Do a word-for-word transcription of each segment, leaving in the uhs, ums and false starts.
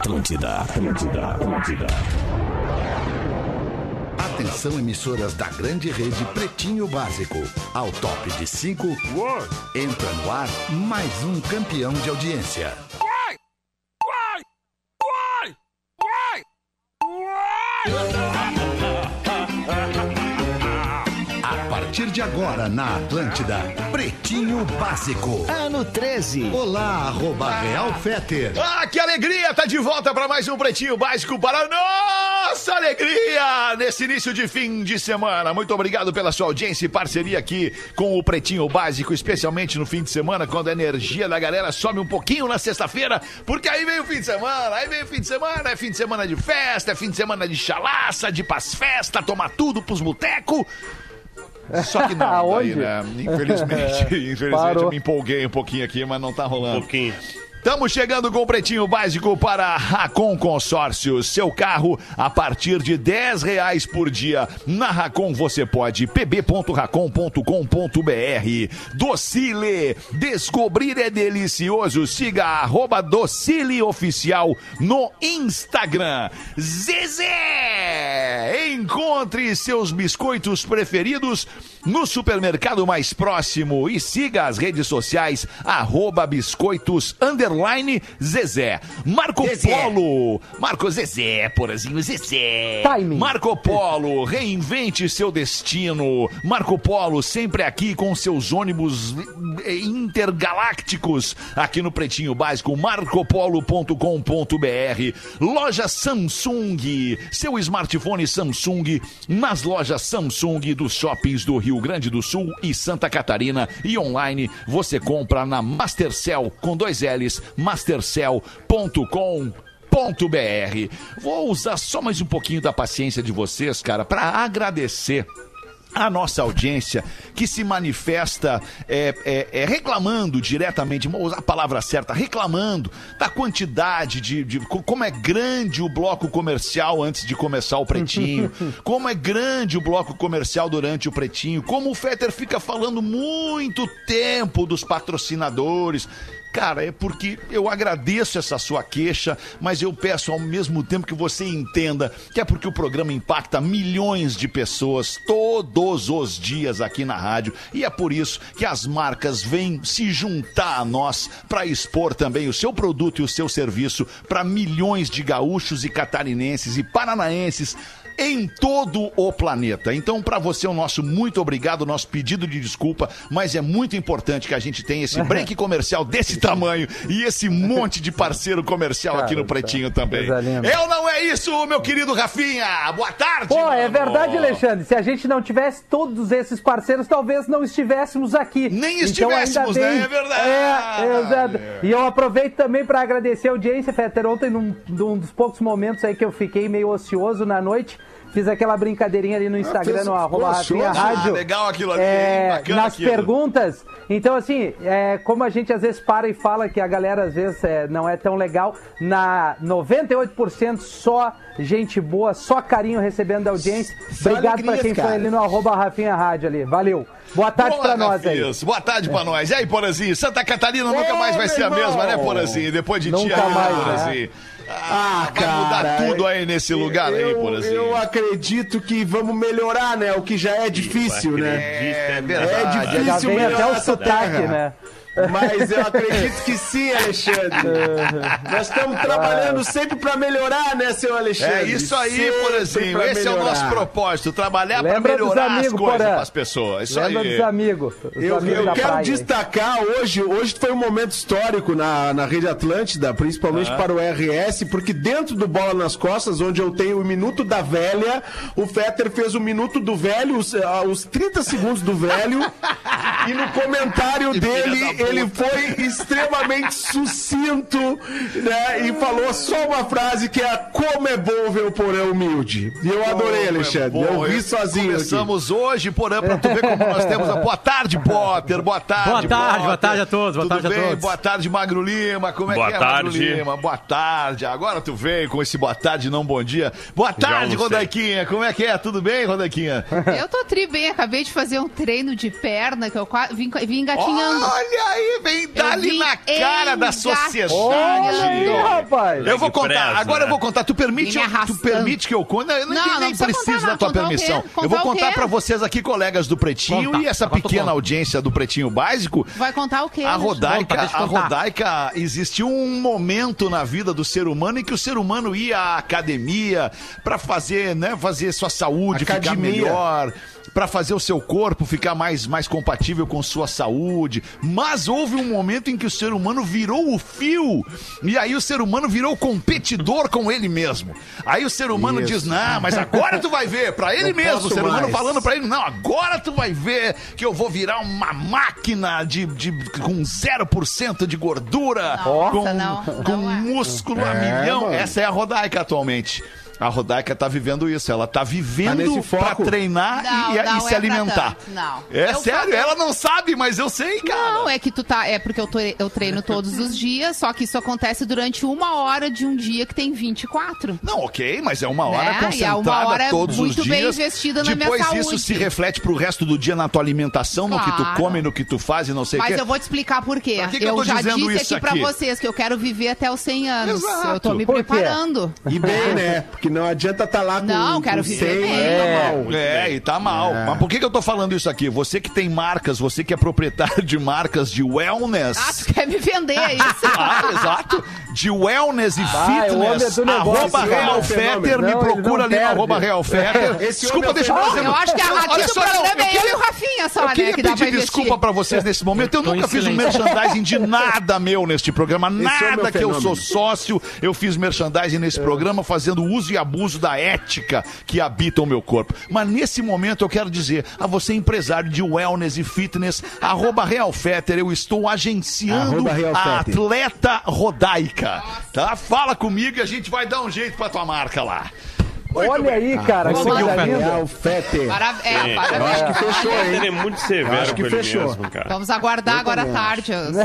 Atlântida, Atlântida, Atlântida. Atenção, emissoras da grande rede Pretinho Básico. Ao top de cinco, entra no ar mais um campeão de audiência. Uai! Uai! Uai! Uai! A partir de agora, na Atlântida, Pretinho Básico. Ano treze. Olá, arroba Real Fetter. Ah, que alegria! Tá de volta para mais um Pretinho Básico para nossa alegria nesse início de fim de semana. Muito obrigado pela sua audiência e parceria aqui com o Pretinho Básico, especialmente no fim de semana, quando a energia da galera sobe um pouquinho na sexta-feira, porque aí vem o fim de semana, aí vem o fim de semana, é fim de semana de festa, é fim de semana de chalaça, de paz-festa, tomar tudo pros botecos. Só que não, daí, né? Infelizmente, infelizmente eu me empolguei um pouquinho aqui, mas não tá rolando. Um pouquinho. Estamos chegando com o Pretinho Básico para a Racon Consórcios. Seu carro a partir de dez reais por dia. Na Racon você pode. p b ponto racon ponto com ponto b r. Docile. Descobrir é delicioso. Siga arroba Docile Oficial no Instagram. Zezé. Encontre seus biscoitos preferidos no supermercado mais próximo e siga as redes sociais arroba biscoitos underline Zezé. Marco Zezé. Polo. Marco Zezé, porazinho Zezé. Timing. Marco Polo, reinvente seu destino. Marco Polo sempre aqui com seus ônibus intergalácticos aqui no Pretinho Básico, marcopolo ponto com ponto b r. Loja Samsung, seu smartphone Samsung nas lojas Samsung dos shoppings do Rio Grande do Sul e Santa Catarina, e online você compra na Mastercell com dois L's, mastercell ponto com ponto b r. Vou usar só mais um pouquinho da paciência de vocês, cara, para agradecer a nossa audiência que se manifesta é, é, é, reclamando diretamente, vou usar a palavra certa, reclamando da quantidade de, de como é grande o bloco comercial antes de começar o Pretinho, como é grande o bloco comercial durante o Pretinho, como o Fetter fica falando muito tempo dos patrocinadores. Cara, é porque eu agradeço essa sua queixa, mas eu peço ao mesmo tempo que você entenda que é porque o programa impacta milhões de pessoas todos os dias aqui na rádio, e é por isso que as marcas vêm se juntar a nós para expor também o seu produto e o seu serviço para milhões de gaúchos e catarinenses e paranaenses em todo o planeta. Então, para você, o nosso muito obrigado, o nosso pedido de desculpa, mas é muito importante que a gente tenha esse break comercial desse tamanho e esse monte de parceiro comercial Cara, aqui no Pretinho tá. também. Eu não é isso, meu querido Rafinha! Boa tarde! Pô, mano. É verdade, Alexandre. Se a gente não tivesse todos esses parceiros, talvez não estivéssemos aqui. Nem estivéssemos, então, né? É verdade! É, exato. E eu aproveito também para agradecer a audiência, Fetter. Ontem, num, num dos poucos momentos aí que eu fiquei meio ocioso na noite, fiz aquela brincadeirinha ali no Instagram, ah, no arroba Rafinha Rádio. Ah, legal aquilo ali, é, bacana nas aquilo. perguntas. Então, assim, é, como a gente às vezes para e fala que a galera às vezes é, não é tão legal, na noventa e oito por cento só gente boa, só carinho recebendo da audiência. Só Obrigado pra quem cara. foi ali no arroba Rafinha Rádio ali. Valeu. Boa tarde Boa, pra nós Rafinhas. aí. Boa tarde pra é. nós. E aí, Porazinho? Santa Catarina nunca Ô, mais vai ser irmão. a mesma, né, Porazinho? Depois de nunca ti, mais, Porazinho. Né? Ah, vai cara, mudar tudo aí nesse lugar eu, aí, Porazinho. Eu acredito que vamos melhorar, né? O que já é difícil, né? É, verdade. É difícil já vem melhorar até o sotaque, né? Mas eu acredito que sim, Alexandre. Nós estamos trabalhando sempre para melhorar, né, seu Alexandre? É isso aí, Porazinho. Esse melhorar. é o nosso propósito, trabalhar para melhorar amigos, as coisas para as pessoas. Isso Lembra aí. dos amigos. Os eu amigos eu da quero praia, destacar hein? hoje, hoje foi um momento histórico na, na Rede Atlântida, principalmente ah. para o R S, porque dentro do Bola nas Costas, onde eu tenho o Minuto da Velha, o Fetter fez o Minuto do Velho, os, os trinta segundos do velho, e no comentário que dele ele foi extremamente sucinto, né? E falou só uma frase que é: como é bom ver o Porã humilde. E eu adorei, como Alexandre. É eu vi sozinho. Começamos aqui. hoje, Porã, pra tu ver como nós temos a... Boa tarde, Potter. Boa tarde, Boa tarde, Potter. boa tarde a todos. Boa Tudo tarde bem? a todos. Boa tarde, Magro Lima. Como é boa que é, tarde. Magro Lima? Boa tarde. Agora tu veio com esse boa tarde, não bom dia. Boa tarde, Rodaquinha. Como é que é? Tudo bem, Rodaquinha? Eu tô tri bem. Acabei de fazer um treino de perna que eu vim, vim engatinhando. Olha aí, vem dali na cara da sociedade. Olha aí, rapaz. Eu vou contar, Preza, agora né? eu vou contar. Tu permite, Me eu- tu arrastando. permite que eu conte? Eu Não, nem, não nem precisa preciso contar, da tua contar o quê? permissão. Contar Eu vou o contar quê? pra vocês aqui, colegas do Pretinho, Conta. e essa Agora tu pequena conta. audiência do Pretinho Básico. Vai contar o quê? A né? Rodaica, Conta, deixa eu a contar. Rodaica, existiu um momento na vida do ser humano em que o ser humano ia à academia pra fazer, né, fazer sua saúde ficar Academia. melhor, pra fazer o seu corpo ficar mais, mais compatível com sua saúde. Mas houve um momento em que o ser humano virou o fio, e aí o ser humano virou competidor com ele mesmo. Aí o ser humano Isso. diz, não, mas agora tu vai ver, pra ele Não mesmo, o posso ser humano mais. falando pra ele, não, agora tu vai ver que eu vou virar uma máquina de, de, com zero por cento de gordura, Nossa, com, não, com não é. músculo a É, milhão. mano. Essa é a Rodaica atualmente. A Rodaica tá vivendo isso, ela tá Tá vivendo nesse pra foco. treinar Não, e, e não se é pra alimentar. tanto, não. É Eu sério, falo- ela não sabe, mas eu sei, cara. Não, é que tu tá. É porque eu, tô, eu treino todos os dias, só que isso acontece durante uma hora de um dia que tem vinte e quatro. Não, ok, mas é uma hora Né? E é concentrada uma hora todos muito os bem dias. investida na minha Depois isso saúde. se reflete pro resto do dia na tua alimentação, no que tu Claro. come, no que tu faz e não sei o Mas quê. eu vou te explicar por quê. Pra que que eu tô já dizendo disse isso aqui pra aqui? vocês que eu quero viver até os cem anos. Exato. Eu tô me Por quê? preparando. E bem, né? Porque não adianta estar lá com Não, quero com viver cem, bem. tá mal. É, e tá mal. Mas por que, que eu tô falando isso aqui? Você que tem marcas, você que é proprietário de marcas de wellness. Ah, tu quer me vender, é isso? Ah, exato. De wellness e Ah, é o homem fitness. do negócio. Arroba Esse homem é Real um Fetter, fenômeno. me Não, procura ele ali não no arroba perde. Real Fetter. Esse Desculpa, homem é deixa eu fenômeno. fazer. Eu acho que aqui Olha do só, programa eu é eu queria- e o Rafinha só, Eu né? queria Que dá pra pedir investir. desculpa pra vocês nesse momento. Eu Tô nunca em fiz um silêncio. merchandising de nada meu neste programa. é o Nada meu que eu fenômeno. sou sócio. Eu fiz merchandising nesse programa fazendo uso e abuso da ética que habita o meu corpo. Mas nesse momento eu quero dizer a você, empresário de wellness e fitness, arroba Real Fetter, eu estou agenciando Arroba Real a Fetter. atleta Rodaica. Tá? Fala comigo e a gente vai dar um jeito pra tua marca lá. Olha aí, cara, que Conseguiu, coisa Fetter. linda. Real Fetter. Para... É, Sim, parabéns. eu acho que fechou, Olha, hein? Ele é muito severo Acho que com ele fechou. mesmo, cara. Vamos aguardar agora à também tarde. os-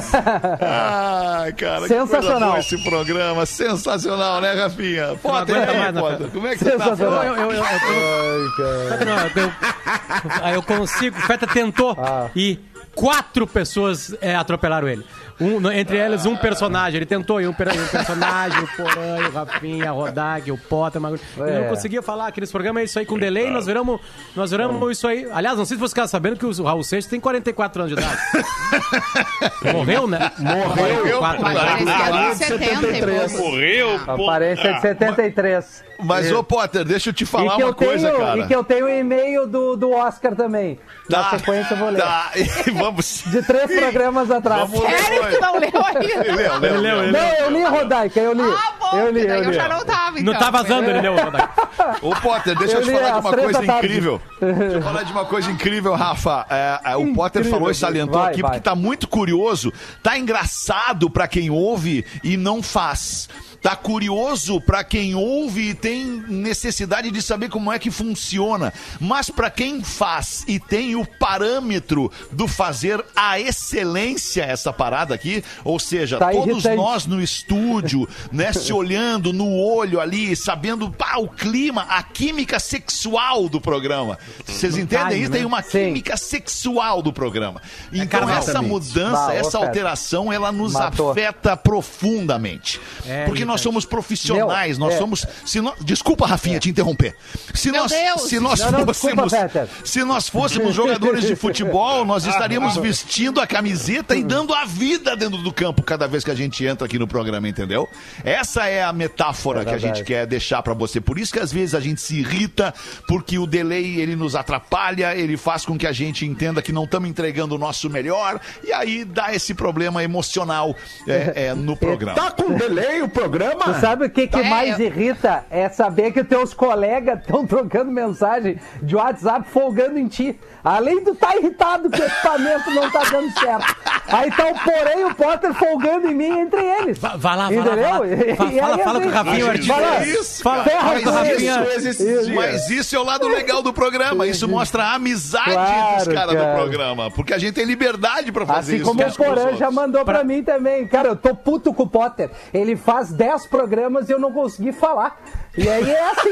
Ai, cara, que Sensacional. coisa boa esse programa. Sensacional, né, Rafinha? Potter, aguenta e aí, mais, né, Potter? Feta? Como é que você tá? Sensacional. Eu, eu, eu, eu, eu, não, eu, aí eu consigo. O Feta tentou e quatro pessoas é, atropelaram ele. Um, no- entre elas, um personagem. Ele tentou, e um, per- um personagem, o Porã, o Rafinha, a Rodag, o Potter. o Magro. Ele É. não conseguia falar aqueles programas, é isso aí com delay. Nós viramos, nós viramos isso aí. Aliás, não sei se vocês ficaram sabendo que o Raul Seixas tem quarenta e quatro anos de idade. Morreu, né? Morreu. Quatro Mas anos. parecia de setenta e poucos. Morreu, Aparência de setenta e três. Mas, ô, Potter, deixa eu te falar E que, uma eu tenho, coisa, cara. e que eu tenho o e-mail do, do Oscar também. Na Tá, sequência eu vou ler. Tá, e vamos... De três programas atrás. Vamos ler. Sério que não leu ainda? Leu, leu, Ele leu, leu. ele Não, eu li, Rodaica, eu li. Ah, bom, eu li, porque daí eu eu li. já não tava, então. Não tá vazando, ele leu. Rodag. Ô, Potter, deixa eu, Eu te li falar de às uma três coisa da tarde. incrível. Deixa eu falar de uma coisa incrível, Rafa. É, é, o Potter Incrível, falou e salientou vai, aqui vai. porque tá muito curioso. Tá engraçado pra quem ouve e não faz. Tá curioso pra quem ouve e tem necessidade de saber como é que funciona. Mas pra quem faz e tem o parâmetro do fazer a excelência, essa parada aqui, ou seja, Tá todos irritante. nós no estúdio, né, se olhando no olho ali, sabendo pá, o clima, a química sexual do programa. Vocês entendem time, isso? né? Tem uma Sim. química sexual do programa. Então carnal. essa mudança, Bah, ô, essa Feta. alteração, ela nos Matou. afeta profundamente. É, Porque nós irritante. somos profissionais, Meu, nós é. somos... Se nós, desculpa, Rafinha, te interromper. Se Meu nós, Deus! se nós Não, não, desculpa, fôssemos... Peter. se nós fôssemos jogadores de futebol, nós estaríamos vestindo a camiseta e dando a vida dentro do campo cada vez que a gente entra aqui no programa, entendeu? Essa é a metáfora É que a verdade. gente quer deixar pra você. Por isso que às vezes a gente se irrita, porque o delay ele nos atrapalha, ele faz com que a gente entenda que não estamos entregando o nosso melhor, e aí dá esse problema emocional é, é, no programa. Tá com delay o programa? Tu sabe o que, que É, mais eu- irrita? É saber que teus colegas estão trocando mensagem de WhatsApp folgando em ti. Além de estar irritado que o equipamento não tá dando certo. Aí tá o Porém e o Potter folgando em mim entre eles. Va- Vai lá, vai lá, Entendeu? vai lá. E- Fa- e Fala, aí, fala assim, com o Rafinha, o a gente artista. fala- é isso, Fala, cara. ferra Mas com isso- ele. esses dias. Mas isso é o lado legal do programa. Isso mostra a amizade Claro, dos caras do cara. programa. Porque a gente tem liberdade pra fazer Assim isso. como uns o com os Porã outros. já mandou pra mim também. Cara, eu tô puto com o Potter. Ele faz dez programas e eu não consegui falar. E aí é assim.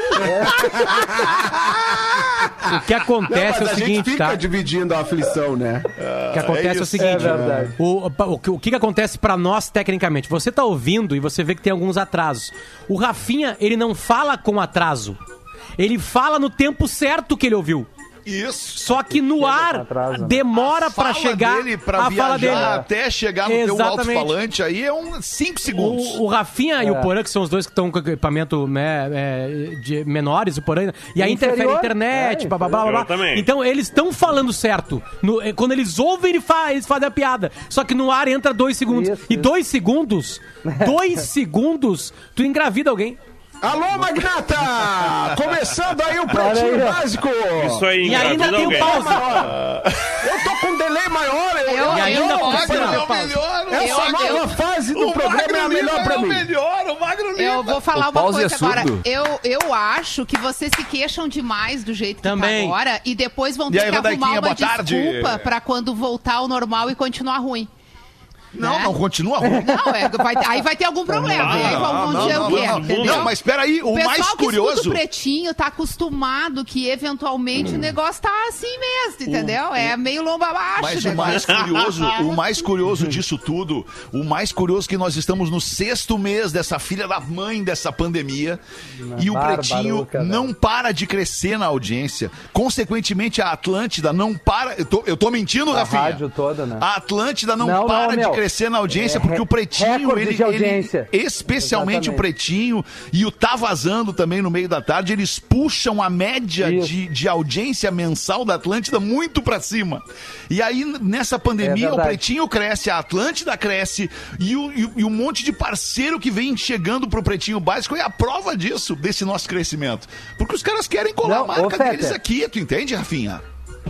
É. O que acontece Não, é o a seguinte, gente fica tá? dividindo a aflição, né? O que acontece é, é o seguinte, É verdade. o, o, o que, que acontece pra nós tecnicamente? Você tá ouvindo e você vê que tem alguns atrasos. O Rafinha, ele não fala com atraso. Ele fala no tempo certo que ele ouviu. Isso. Só que no ar atraso, né? demora pra Fala chegar dele pra a fala dele. viajar até chegar no teu Exatamente. alto-falante aí é uns cinco segundos. O, o Rafinha e É. o Porã, que são os dois que estão com equipamento né, é, de menores, o Porã, e aí interfere a Inferior. internet, É, blá, blá, blá, blá, blá. Eu também. Então eles estão falando certo. No- eh, quando eles ouvem, ele fa- eles fazem a piada. Só que no ar entra dois segundos. Isso, e isso. dois segundos, dois segundos, tu engravida alguém. Alô, Magnata! Começando aí o Olha Pretinho aí, ó. Básico! Isso aí, E ainda engravida tem o alguém. pause. Eu tô com um delay maior, eu, Eu- E ainda eu- precisa eu- ter é o pausa. melhor. o essa Magro- nova fase do o programa Magro é a melhor Lima pra é o mim. melhor, o Magro Lima. Eu vou falar O uma pause coisa é surdo. agora. Eu, eu acho que vocês se queixam demais do jeito que Também. tá agora e depois vão E ter aí, que arrumar Rodaiquinha, uma boa tarde. desculpa pra quando voltar ao normal e continuar ruim. Não, né? não, continua ruim. Não, é, vai, aí vai ter algum problema. e aí vão, vão não, dizer não, o quê? não, entendeu? não, mas espera aí, o, O pessoal mais que escuta curioso... o Pretinho tá acostumado que eventualmente o negócio tá assim mesmo, entendeu? É meio lomba abaixo. Mas o o mais negócio. curioso, o mais curioso disso tudo, o mais curioso é que nós estamos no sexto mês dessa filha da mãe dessa pandemia e o Pretinho barbaruca, não velho. para de crescer na audiência. Consequentemente, a Atlântida não para... Eu tô, eu tô mentindo, A Rafinha? rádio toda, né? A Atlântida não, Não, para não, de meu. crescer na audiência É porque o Pretinho, recorde ele, de audiência. ele- especialmente Exatamente. o Pretinho e o Tá Vazando também no meio da tarde, eles puxam a média Isso. de, de audiência mensal da Atlântida muito pra cima. E aí, nessa pandemia, É o verdade. Pretinho cresce, a Atlântida cresce e, o, e, o- e um monte de parceiro que vem chegando pro Pretinho Básico é a prova disso, desse nosso crescimento. Porque os caras querem colar Não, a marca ô, Fetter. deles aqui, tu entende, Rafinha?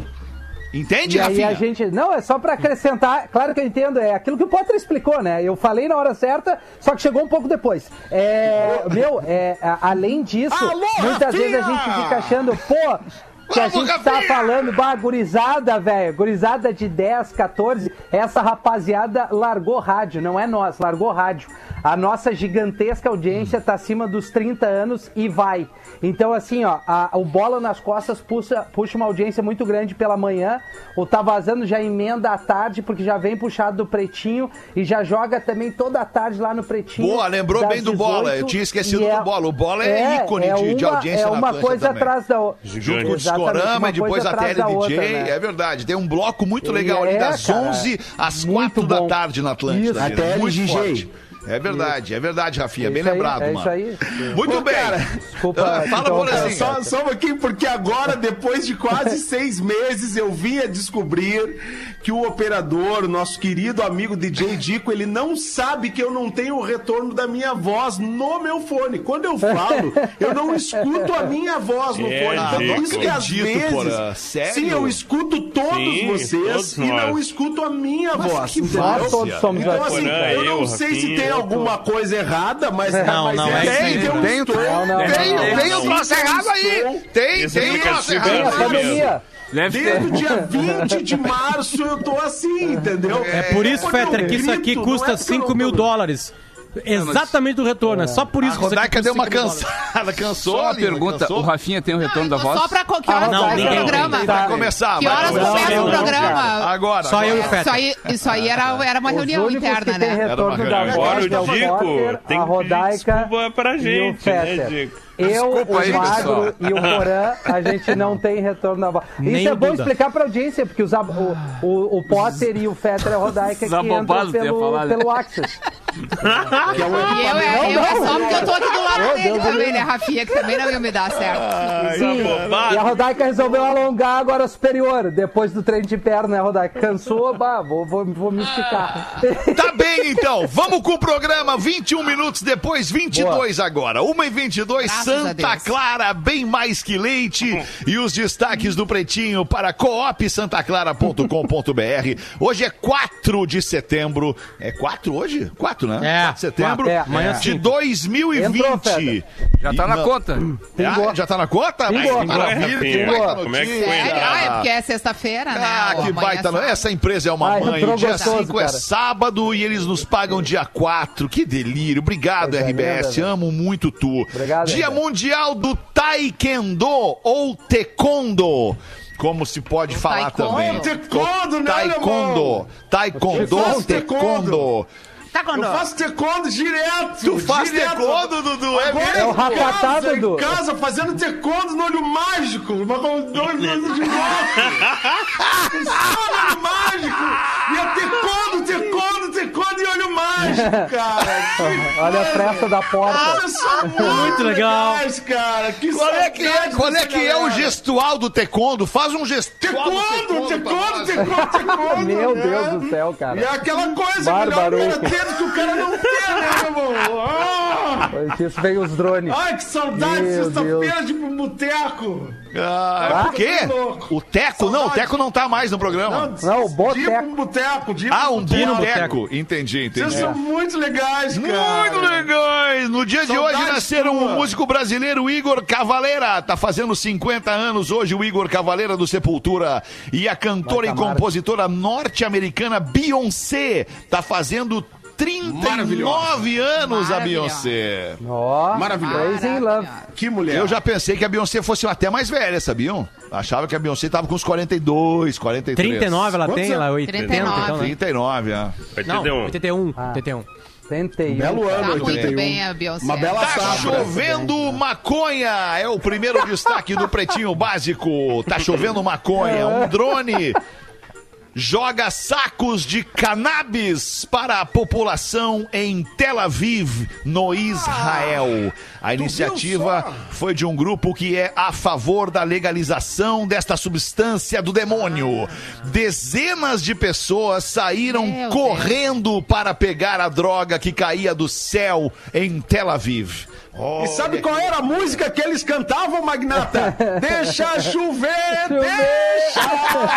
Entende, E aí Rafinha? a gente. Não, é só pra acrescentar. Claro que eu entendo, é aquilo que o Potter explicou, né? Eu falei na hora certa, só que chegou um pouco depois. É, meu, é, a- além disso, Alô, muitas Rafinha! vezes a gente fica achando, pô. Que a Vamos, gente tá Rafinha! falando, bah, gurizada, velho, gurizada de dez, catorze, essa rapaziada largou rádio, não é nós, largou rádio. A nossa gigantesca audiência tá acima dos trinta anos e vai. Então, assim, ó, a- o Bola nas Costas puxa, puxa uma audiência muito grande pela manhã, o Tá Vazando já emenda à tarde, porque já vem puxado do Pretinho e já joga também toda a tarde lá no Pretinho. Boa, lembrou das bem do Bola, eu dezoito, tinha esquecido e do Bola. O Bola é ícone de- de uma- audiência É na uma Atlântida coisa também. atrás da outra. Junto com o Exatamente, Discorama uma e depois coisa a atrás Tele da D J, outra, né? é verdade. Tem um bloco muito legal E ali é, das cara, onze às muito quatro da bom. tarde na Atlântida. Isso. ali, A né? Muito T L G G. forte. É verdade, é verdade, Rafinha. Bem Isso aí, lembrado, é mano. isso aí. Muito Ô, bem. cara, Desculpa, Ah, fala, então, Bolezinho. Só, só um pouquinho, porque agora, depois de quase seis meses, eu vim a descobrir que o operador, o nosso querido amigo D J Dico, ele não sabe que eu não tenho o retorno da minha voz no meu fone. Quando eu falo, eu não escuto a minha voz no É, fone. Então, não por isso que às acredito, vezes, Porã. Sério? sim, eu escuto todos Sim, vocês todos e nós. não escuto a minha voz. que entendeu? Nós todos somos Então, assim. assim, Porã, eu não eu, sei se Rafinha, tem eu alguma coisa errada, mas, Não, mas não, é é assim isso que eu Tem, estou. Não, não, tem, não, tem não, um troço não. errado aí. Tem, Esse tem um troço aplicativo Tem a errado. é pandemia. Deve Desde ter. o dia vinte de março eu tô assim, entendeu? É por isso, Quando eu Fetter, que isso aqui grito, custa não é porque eu cinco não mil tô- dólares. Exatamente do retorno. É só por A isso que isso aqui Rodaica custa deu uma cinco mil dólares. cansada. Cansou, Só uma Lima, pergunta, cansou? o Rafinha tem o retorno Não, da eu tô voz? Só pra que horas Não, começa ninguém o programa? tem. Vai começar. Que vai horas começar. começa não, o não, programa? Agora. Só eu e o agora. Isso Fetter. aí, isso aí era, era uma Os reunião únicos interna, que tem né? retorno Era uma da reunião. voz Agora é o o Dico Potter, tem a que pedir Rodaica desculpa pra e o gente, né, Fetter. Dico? Eu, Desculpa o aí, Magro pessoal. e o Porã, a gente não tem retorno da voz. Nem Isso é o bom Duda. explicar pra audiência, porque os ab- o, o, o Potter e o Fetter e a Rodaica Os que entram abobados, tu ia pelo, falar, né? pelo Access. Que é um E eu, é, Não, eu é não, só porque eu tô aqui do lado Meu dele Deus, também, Deus. né, Rafinha? Que também não ia me dar certo. Sim, abobado. e a Rodaica resolveu alongar agora a superior, depois do treino de perna, né, Rodaica? Cansou, bah, vou, vou, vou me esticar. Tá bem, então. Vamos com o programa. vinte e um minutos depois, vinte e dois agora. uma e vinte e dois, Graças a Santa Deus. Clara, bem mais que leite. E os destaques do Pretinho para coop santa clara ponto com ponto b r. Hoje é quatro de setembro. É quatro hoje? quatro, né? É, quatro de setembro quatro. É, amanhã de cinco. dois mil e Entrou, vinte. Fetter. Já tá E na não- conta. Ah, já tá na conta? Pingou. Ai, que maravilha, que Pingou. baita Como é que notícia. foi, Sério? cara? Ah, é porque é sexta-feira, né? Ah, Ou que amanhã baita. sábado. Essa empresa é uma Ai, mãe. entrou Dia gostoso, cinco é cara. sábado e eles nos pagam dia quatro. Que delírio. Obrigado, Coisa R B S. linda, velho. Amo muito tu. Obrigado, Dia R B S. Mundial do Taekwondo ou Taekwondo. Como se pode falar taekwondo. também. Oh, taekwondo, né, Taekwondo. alemão? Taekwondo, Eu faço taekwondo. Eu faço taekwondo direto. Tu faz direto. taekwondo, Dudu? É Agora mesmo? É o em casa, racatá, em Dudu. casa, fazendo taekwondo no olho mágico. Uma com dois olhos de moto. Só no olho mágico. E é taekwondo, taekwondo, taekwondo e olho mágico, cara. Que Olha a pressa da porta. Vocês são muito, Muito legal. legais, cara. Que Qual é que é, saudade qual é, dessa que é o galera. gestual do taekwondo? Faz um gestual do Taekwondo, pra taekwondo, nós. taekwondo, taekwondo. Meu né? Deus do céu, E cara. é aquela coisa, Bárbaro. melhor o cara ter do que o cara não ter, né, meu irmão? Ah! Foi que isso veio os drones. Ai, que saudade, Meu sexta-feira de ir pro boteco. Ah, por quê? Tá louco. O Teco? Não, o Saudade. Teco não tá mais no programa. Não, o De ir boteco. pra um boteco, de ir Ah, pra um Dino boteco. Entendi, Vocês entendi. são muito legais, cara. Muito legais! No dia de Saudades hoje nasceram o tua. músico brasileiro Igor Cavaleira. Tá fazendo cinquenta anos hoje o Igor Cavaleira do Sepultura. E a cantora e Vai, Tamara. compositora norte-americana Beyoncé. Tá fazendo trinta e nove anos a Maravilhosa. Beyoncé. Ó, Maravilhoso. Crazy in Love. Que mulher. Eu já pensei que a Beyoncé fosse até mais velha, sabiam? Achava que a Beyoncé tava com uns quarenta e dois, quarenta e três. trinta e nove ela Quantos tem, ela é anos? oitenta, trinta e nove. então, né? trinta e nove, é. Não, oitenta e um. oitenta e um. oitenta e um. Tentei. Belo ano, Tá muito oitenta e um. bem a Beyoncé. Uma bela Tá safra. chovendo maconha! É o primeiro destaque do Pretinho Básico. Tá chovendo maconha. Um drone joga sacos de cannabis para a população em Tel Aviv, no Israel. A iniciativa foi de um grupo que é a favor da legalização desta substância do demônio. Dezenas de pessoas saíram Meu correndo para pegar a droga que caía do céu em Tel Aviv. E sabe qual era a música que eles cantavam, Magnata? Deixa chover, deixa!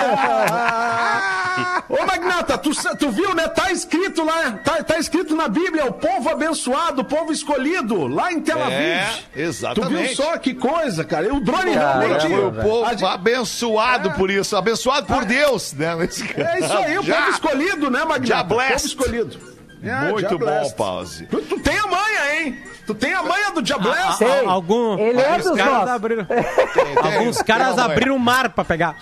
Ô, Magnata, tu, sa- tu viu, né? Tá escrito lá, tá, tá escrito na Bíblia, o povo abençoado, o povo escolhido, lá em Tel Aviv. É, Tu exatamente. viu só que coisa, cara? E o drone Caramba, realmente... Foi o velho. povo A gente- abençoado por isso, abençoado por Deus, né? Nesse É isso aí, o Já. povo escolhido, né, Magnata? Já O povo blessed. escolhido. É, Muito já bom, blessed. Pause. Tu, tu tem a manha, hein? Tu tem a manha do Diabless? Sei. Al- Algum, Ele é alguns dos caras nossos. abriram, Tem, alguns tem caras uma- abriram o mar pra pegar.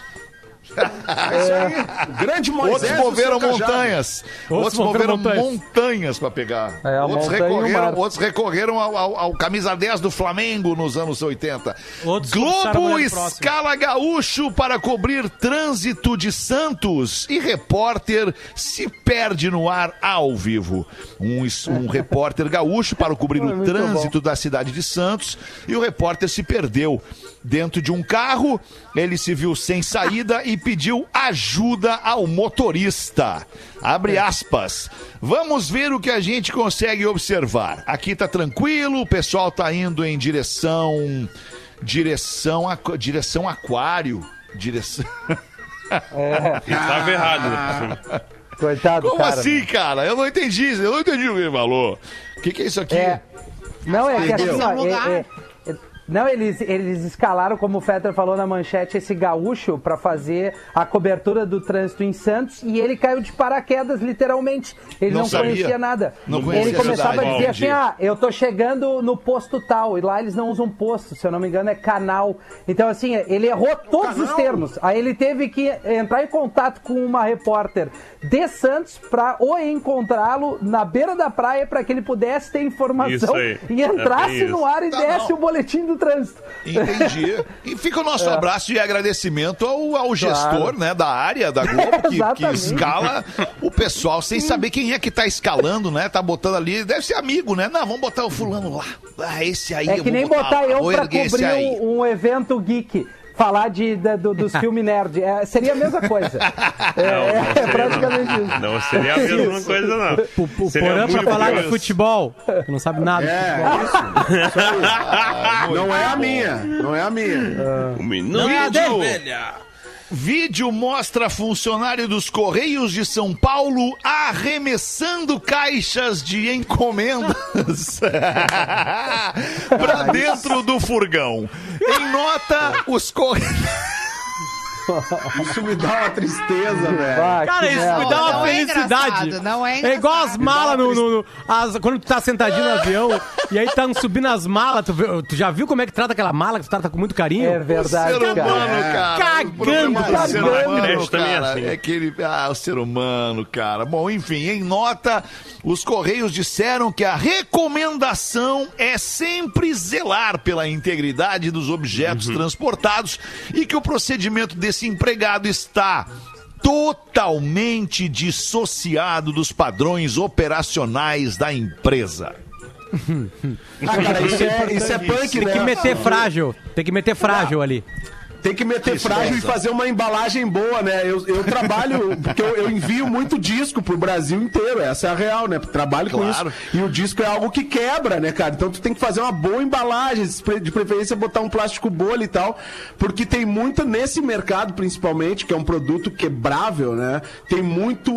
É isso aí. O grande Moisés. Outros do moveram seu cajado. montanhas. Outros, Outros moveram moveram montanhas para pegar. É, a outros, montanha e o recorreram, mar. outros recorreram ao, ao- ao camisa dez do Flamengo nos anos oitenta. Outros começaram a Globo olhar próximo. escala gaúcho para cobrir trânsito de Santos e repórter se perde no ar ao vivo. Um, es- um repórter gaúcho para cobrir o Muito trânsito da cidade de Santos e o repórter se perdeu dentro de um carro. Ele se viu sem saída e pediu ajuda ao motorista. Abre aspas. Vamos ver o que a gente consegue observar. Aqui tá tranquilo, o pessoal tá indo em direção direção aqu- direção aquário, direção. Estava errado. Coitado, Como cara. assim, cara? Eu não entendi, eu não entendi o que ele falou. O que, que é isso aqui? É. Não, é que assim, Entendeu? ó, é- é- é- não, eles, eles escalaram, como o Fetter falou na manchete, esse gaúcho pra fazer a cobertura do trânsito em Santos e ele caiu de paraquedas, literalmente. Ele Não não, sabia. conhecia nada. Não conhecia ele a começava cidade. a dizer assim, Entendi. ah, eu tô chegando no posto tal, e lá eles não usam posto, se eu não me engano é canal. Então assim, ele errou todos os termos. Aí ele teve que entrar em contato com uma repórter de Santos pra ou encontrá-lo na beira da praia pra que ele pudesse ter informação Isso aí. e entrasse É bem no isso. ar e Tá, desse não. o boletim do trânsito. Entendi. E fica o nosso abraço de agradecimento ao, ao gestor, né, da área da Globo, que, que Exatamente. escala o pessoal sem saber quem é que tá escalando, né? Tá botando ali, deve ser amigo, né? Não, vamos botar o fulano lá. Ah, esse aí É eu que vou nem botar botar lá, eu vou pra erguer esse cobrir aí. um, um evento geek. Falar de, da- do- dos filmes nerd. É, seria a mesma coisa. É, Não, não é seria, praticamente não. isso. Não seria a mesma coisa, não. O, o Seria Porã pra muito falar pior. de futebol, que não sabe nada de É, futebol. isso. Isso aí. Não é a minha. Não é a minha. Um minuto Não é a de dele. ovelha. Vídeo mostra funcionário dos Correios de São Paulo arremessando caixas de encomendas para dentro do furgão. Em nota, os Correios... Isso me dá uma tristeza, velho. Ah, Cara, que isso merda. me dá uma Não é felicidade. engraçado, não é É igual as engraçado. malas no, no- no- as- quando tu tá sentadinho no avião e aí tá subindo as malas. Tu, vê- tu já viu como é que trata aquela mala que tu trata com muito carinho? É verdade, ser cara. humano, cara. Cagando O problema do pra ser dentro. humano, Creche também é cara, assim. é aquele... Ah, o ser humano, cara. Bom, enfim, em nota, os Correios disseram que a recomendação é sempre zelar pela integridade dos objetos transportados e que o procedimento desse empregado está totalmente dissociado dos padrões operacionais da empresa. Ah, cara, isso é, isso é punk, Tem né? que meter frágil. Tem que meter frágil ali. Tem que meter Isso, frágil e essa. fazer uma embalagem boa, né? Eu, eu trabalho, porque eu, eu envio muito disco pro Brasil inteiro, essa é a real, né? Trabalho com Claro. isso. E o disco é algo que quebra, né, cara? Então tu tem que fazer uma boa embalagem, de preferência botar um plástico bolha e tal, porque tem muita, nesse mercado principalmente, que é um produto quebrável, né? Tem muito,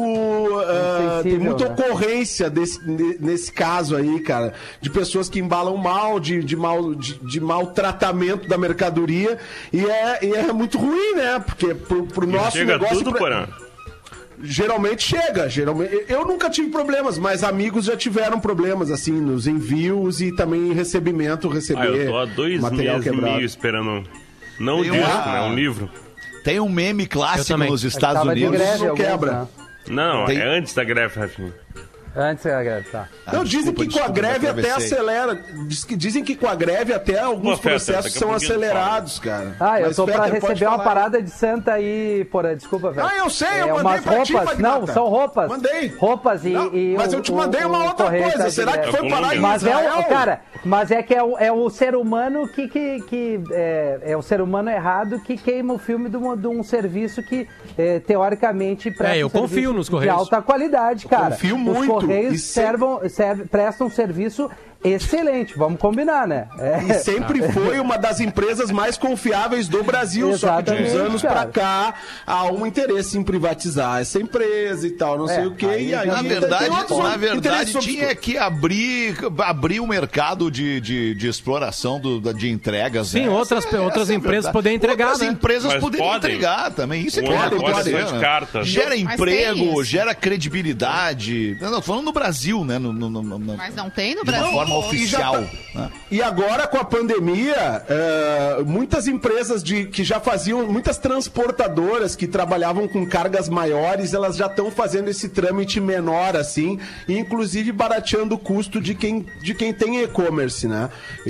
ah, tem Sensível, muita né? ocorrência desse, ne- nesse caso aí, cara, de pessoas que embalam mal, de, de, mal, de, de maltratamento da mercadoria, e é, e é muito ruim, né? Porque pro, pro nosso Chega negócio... tudo, pra- Porã. Geralmente chega, geralmente. Eu nunca tive problemas, mas amigos já tiveram problemas, assim, nos envios e também em recebimento, receber Ah, eu tô há dois material meses e quebrado. meio esperando. Não o Tem disco, uma- né? Um livro. Tem um meme Eu clássico também. nos Estados Tava de Unidos. greve, não alguns, quebra. né? Não, Tem- é antes da greve, Rafinha. Antes da greve, tá. Não, Ah, dizem desculpa, que com a desculpa, greve eu até atravessei. acelera. Diz que, dizem que com a greve até alguns Pô, Fetter, processos daqui a são pouquinho tu acelerados, cara. Ah, eu Mas, tô pra Fetter, pode receber uma falar. parada de santa aí, porra, desculpa, velho. Ah, eu sei, eu é, mandei umas pra ti, roupas, Magnata. não, são roupas. Mandei. Roupas e, Não, e mas o- eu te o- mandei uma o outra correio coisa. tá de Será que greve. foi parar em Mas é Israel? o, cara, mas é que é o, é o ser humano que, que, que é, é o ser humano errado que queima o filme de um, de um serviço que, é, teoricamente, presta É, eu um serviço confio nos de Correios. alta qualidade, cara. confio Os muito. Correios E se- servam, serve, prestam um serviço excelente, vamos combinar, né? É. E sempre foi uma das empresas mais confiáveis do Brasil, só que de uns Exatamente, anos cara. pra cá há um interesse em privatizar essa empresa e tal, não É, sei o quê. aí E aí já- Na tem verdade, outros na verdade interesses tinha que abrir, abrir o mercado de, de, de exploração do, da- de entregas. Sim, né? outras- Essa- outras essa é a empresas verdade. podem entregar, Outras né? empresas Mas poderiam podem. entregar também. Isso é que Uma pode pode acontecer, ser de né? carta. Gera Mas tem emprego, isso. gera credibilidade. Não, não, tô falando no Brasil, né? No, no, no, no- Mas não tem no de uma Brasil. forma oficial. E já né? E agora, com a pandemia, eh, muitas empresas de, que já faziam, muitas transportadoras que trabalhavam com cargas maiores, elas já estão fazendo esse trâmite menor, assim, e inclusive barateando o custo de quem, de quem tem e-commerce, né?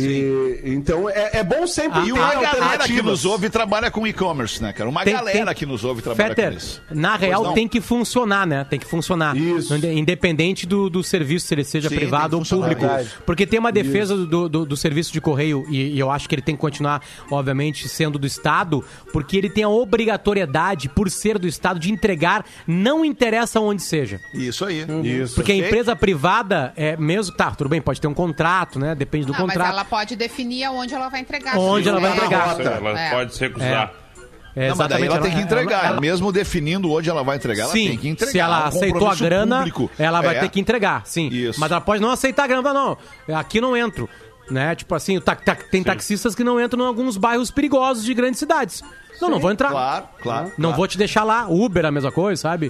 E, então, é, é bom sempre E ter uma galera que alternativas. nos ouve trabalha com e-commerce, né, cara? Uma Tem- galera tem- que nos ouve trabalha Fetter, com isso. na Pois real não? tem que funcionar, né? Tem que funcionar. Isso. Inde- Independente do, do serviço, se ele seja Sim, privado tem ou que funcionar. público. Verdade. Porque tem uma defesa do, do, do serviço de correio, e, e eu acho que ele tem que continuar, obviamente, sendo do Estado, porque ele tem a obrigatoriedade, por ser do Estado, de entregar, não interessa onde seja. Isso aí. Isso. Porque a Perfeito. empresa privada, é mesmo, tá, tudo bem, pode ter um contrato, né? Depende do Não, mas contrato. ela pode definir aonde ela vai entregar. Onde Se ela vai quiser. entregar. Ela É. pode se recusar. É, Não, mas daí ela tem que entregar. ela- Mesmo definindo onde ela vai entregar, ela Sim, tem que entregar. se ela É um aceitou a compromisso grana, público. ela vai É. ter que entregar, sim. Isso. Mas ela pode não aceitar a grana, não, aqui não entro. Né? Tipo assim, o ta- ta- tem taxistas que não entram em alguns bairros perigosos de grandes cidades. Não, não vou entrar. Claro, claro. Não claro. vou te deixar lá. Uber, a mesma coisa, sabe?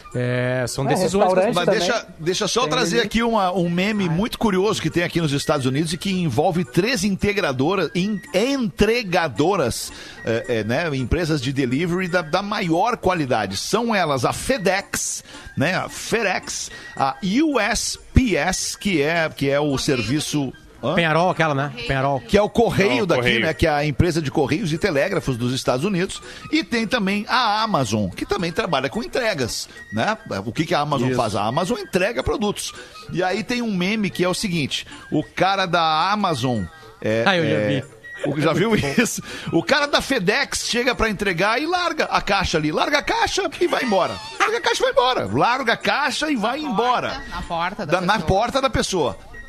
É, são É, decisões. que- restaurante Mas também. deixa, deixa só Tem trazer limite. aqui uma- um meme muito curioso que tem aqui nos Estados Unidos e que envolve três integradoras, in- entregadoras, é, é, né, empresas de delivery da, da maior qualidade. São elas a FedEx, né, a FedEx, a U S P S, que é, que é o serviço... Hã? Penharol, aquela, né? Penharol. Que é o correio Não, daqui, correio. né? Que é a empresa de correios e telégrafos dos Estados Unidos. E tem também a Amazon, que também trabalha com entregas, né? O que, que a Amazon Isso. faz? A Amazon entrega produtos. E aí tem um meme que é o seguinte: o cara da Amazon. É, Ah, eu já é, vi. o- Já viu isso? O cara da FedEx chega pra entregar e larga a caixa ali. Larga a caixa e vai embora. Larga a caixa e vai embora. Larga a caixa e vai embora. Na porta da Da- na pessoa. porta da pessoa.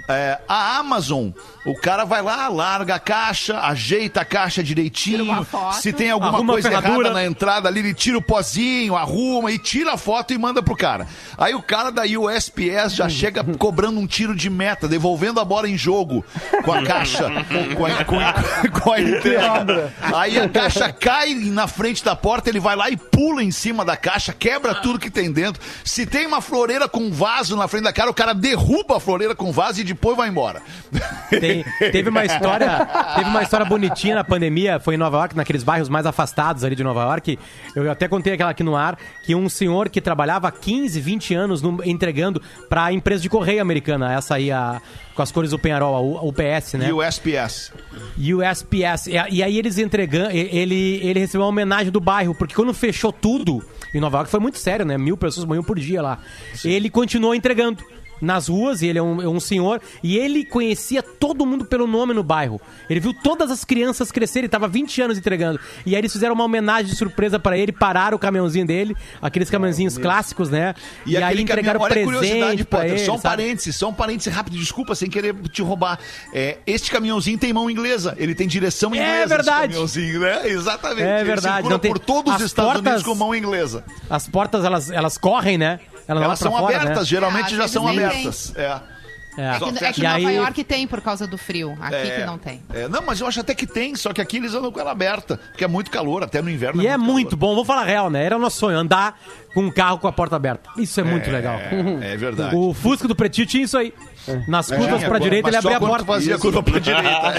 É, a Amazon, o cara vai lá, larga a caixa, ajeita a caixa direitinho. Tira uma foto. Se tem alguma Arruma coisa a ferradura. errada na entrada ali, ele tira o pozinho, arruma e tira a foto e manda pro cara. Aí o cara da U S P S já chega cobrando um tiro de meta, devolvendo a bola em jogo com a caixa, com a, com a, com a entrega. Aí a caixa cai na frente da porta, ele vai lá e pula em cima da caixa, quebra tudo que tem dentro. Se tem uma floreira com vaso na frente da cara, o cara derruba a floreira com vaso e depois vai embora. Tem- teve uma história, teve uma história bonitinha na pandemia, foi em Nova York, naqueles bairros mais afastados ali de Nova York. Eu até contei aquela aqui no ar, que um senhor que trabalhava há quinze, vinte anos no- entregando pra empresa de correio americana, essa aí a, com as cores do Penharol, a U- U P S, né? U S P S. U S P S. E, e aí eles entregando, ele, ele recebeu uma homenagem do bairro, porque quando fechou tudo, em Nova York foi muito sério, né? Mil pessoas morriam por dia lá. Ele continuou entregando nas ruas, e ele é um, é um senhor, e ele conhecia todo mundo pelo nome no bairro. Ele viu todas as crianças crescerem, ele tava vinte anos entregando. E aí eles fizeram uma homenagem de surpresa pra ele, pararam o caminhãozinho dele, aqueles caminhãozinhos clássicos, né? E, aí aquele entregaram caminhão, olha a curiosidade, presente pra Potter, ele, só um sabe? parênteses, só um parênteses rápido, desculpa, sem querer te roubar. É, este caminhãozinho tem mão inglesa, ele tem direção É inglesa. verdade. Esse caminhãozinho, né? Exatamente. É Ele verdade, circula não tem- por todos os as Estados portas- Unidos com mão inglesa. As portas, elas, elas correm, né? Elas, Elas vão são pra fora, abertas, né? geralmente É, já às são vezes nem abertas. É. É. É que, é que E Nova aí- York tem por causa do frio. Aqui É, que não tem. é, não, mas eu acho até que tem, só que aqui eles andam com ela aberta, porque é muito calor, até no inverno. E é muito calor. bom, vamos falar a real, né? Era o nosso sonho, andar com um carro com a porta aberta. Isso é muito legal. É, é verdade. O Fusca do Pretinho tinha isso aí. Nas curvas Tinha, pra direita, mas ele só abria a quando porta. tu fazia a curva pra direita.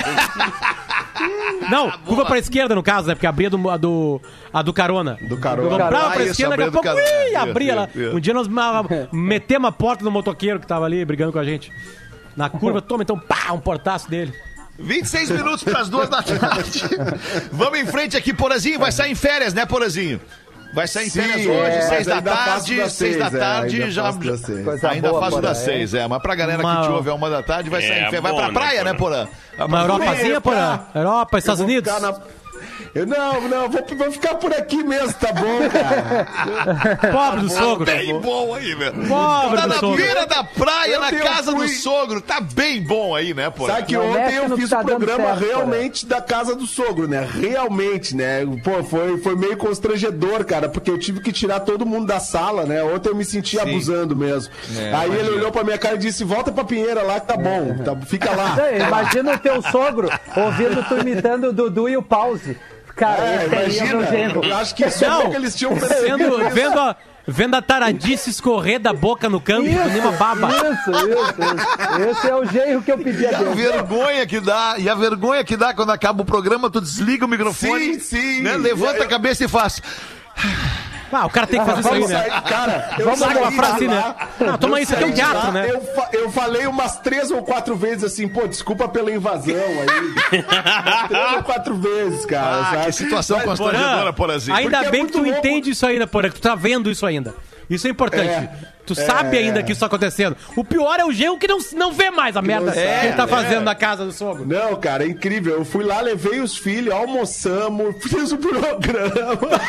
Não, curva pra esquerda, no caso, né? Porque abria do, a, do, a do carona. Do carona. Dobrava Ah, pra isso, esquerda, abria daqui a do pouco, carona. ui, abria lá. Isso, isso. Um dia nós ma- metemos a porta do motoqueiro que tava ali brigando com a gente. Na curva, toma então, pá, um portaço dele. vinte e seis minutos para as duas da tarde. Vamos em frente aqui, Porazinho. Vai sair em férias, né, Porazinho? Vai sair em Sim, férias é, hoje, mas seis da ainda faço tarde, das seis da seis, é, tarde, ainda já. faço das seis. Coisa Ainda boa, faço Porã, das é. seis, é. Mas pra galera Uma- que te ouve a uma da tarde, vai sair É em férias. Vai bom, pra né, praia, né, Porã? Porã? Vai Uma pra- Europazinha, Porã? Europa, Estados Eu vou Unidos? ficar na- Eu não, não, vou, vou ficar por aqui mesmo, tá bom, cara? Pobre do sogro. Bem bom aí, velho. Pobre Tá do na sogro. beira da praia, Eu na tenho- casa do fui- sogro. Tá bem bom aí, né, Porã? Sabe que Não ontem mexe eu no que fiz tá o dando programa certo, realmente da casa do sogro, né? Realmente, né? Pô, foi, foi meio constrangedor, cara, porque eu tive que tirar todo mundo da sala, né? Ontem eu me senti abusando mesmo. É, Aí ele imagino. olhou pra minha cara e disse: volta pra Pinheira lá que tá bom, tá, fica lá. Não, imagina o teu sogro ouvindo tu imitando o Dudu e o Pause. Cara, É, esse aí é o imagina, meu genro. eu acho que só Não, porque eles tinham percebido Vendo, isso. vendo, a, vendo a taradice escorrer da boca no canto, Isso, nem uma baba. isso, isso, isso. Esse é o genro que eu pedi a E a Deus. vergonha que dá, e a vergonha que dá quando acaba o programa, tu desliga o microfone, Sim, sim. né, levanta Eu- a cabeça e faz. Ah, o cara tem que fazer isso aí, Vamos né? sair, cara, eu Vamos saí uma de frase, lá, né? Não, toma eu isso aqui é um saí de teatro, lá, né? Eu, fa- eu falei umas três ou quatro vezes assim, pô, desculpa pela invasão aí. Umas três ou quatro vezes, cara, Ah, sabe? que situação Mas, constrangedora, Porã, Porazinho. ainda Porque é bem que tu muito louco. entende isso ainda, Porã, que tu tá vendo isso ainda. Isso é importante. É, tu sabe é. ainda que isso tá acontecendo. O pior é o genro que não, não vê mais a merda que sabe, ele tá é. fazendo na casa do sogro. Não, cara, é incrível. Eu fui lá, levei os filhos, almoçamos, fiz o programa.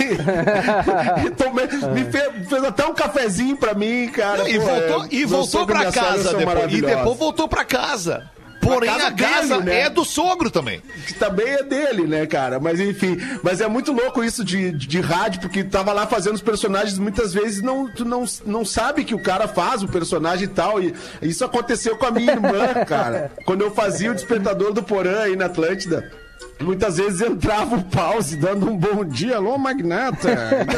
e tomei, me fez, fez até um cafezinho pra mim, cara. E Pô, voltou, é, e meu voltou sogro e pra minha sogra casa são depois. E maravilhosos. depois voltou pra casa. Porém, casa a casa dele, né? é do sogro também. Que também é dele, né, cara? Mas enfim, mas é muito louco isso de, de, de rádio, porque tava lá fazendo os personagens, muitas vezes não, tu não, não sabe que o cara faz o personagem e tal, e isso aconteceu com a minha irmã, cara. Quando eu fazia o Despertador do Porã aí na Atlântida, muitas vezes entrava o Pause dando um bom dia, alô, magnata.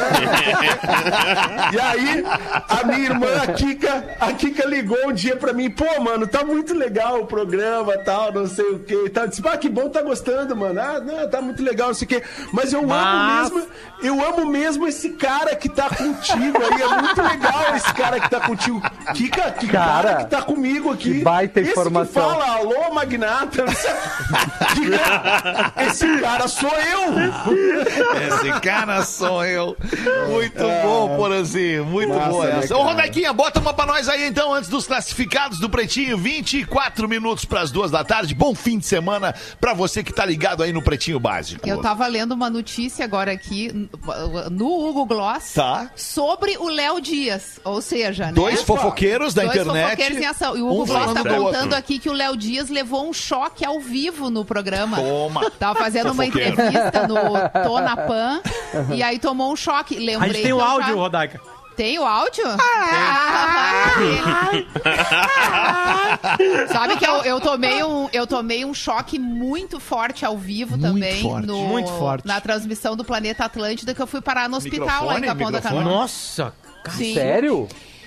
E aí, a minha irmã, a Kika, a Kika ligou um dia pra mim, pô, mano, tá muito legal o programa, tal, não sei o que, e tal. Eu disse, ah, que bom, tá gostando, mano. Ah, não, tá muito legal, não sei o que. Mas eu Mas- amo mesmo, eu amo mesmo esse cara que tá contigo aí, é muito legal esse cara que tá contigo. Kika, que cara, Cara, que tá comigo aqui. que baita esse informação. que fala, alô, magnata. Kika, Esse cara sou eu! Esse cara sou eu. Muito bom, Porazinho. Muito Massa, boa né, essa. Ô, cara? Rodequinha, bota uma pra nós aí então, antes dos classificados do Pretinho. vinte e quatro minutos pras duas da tarde. Bom fim de semana pra você que tá ligado aí no Pretinho Básico. Eu tava lendo uma notícia agora aqui no Hugo Gloss Tá. sobre o Léo Dias. Ou seja, né? Dois fofoqueiros da Dois internet. fofoqueiros em ação. E o Hugo um Gloss falando tá do contando outro. aqui que o Léo Dias levou um choque ao vivo no programa. Toma. Tava fazendo uma Fofoqueiro. entrevista no Tona Pan e aí tomou um choque. A Lembrei gente tem que o eu áudio, já- Rodaica. Tem o áudio? Ah, Sabe que eu, eu, tomei um, eu tomei um choque muito forte ao vivo Muito também. forte. No, Muito forte. Na transmissão do Planeta Atlântida, que eu fui parar no hospital lá em Microfone, Capão da microfone. Canoa. Nossa, Sim. Sério?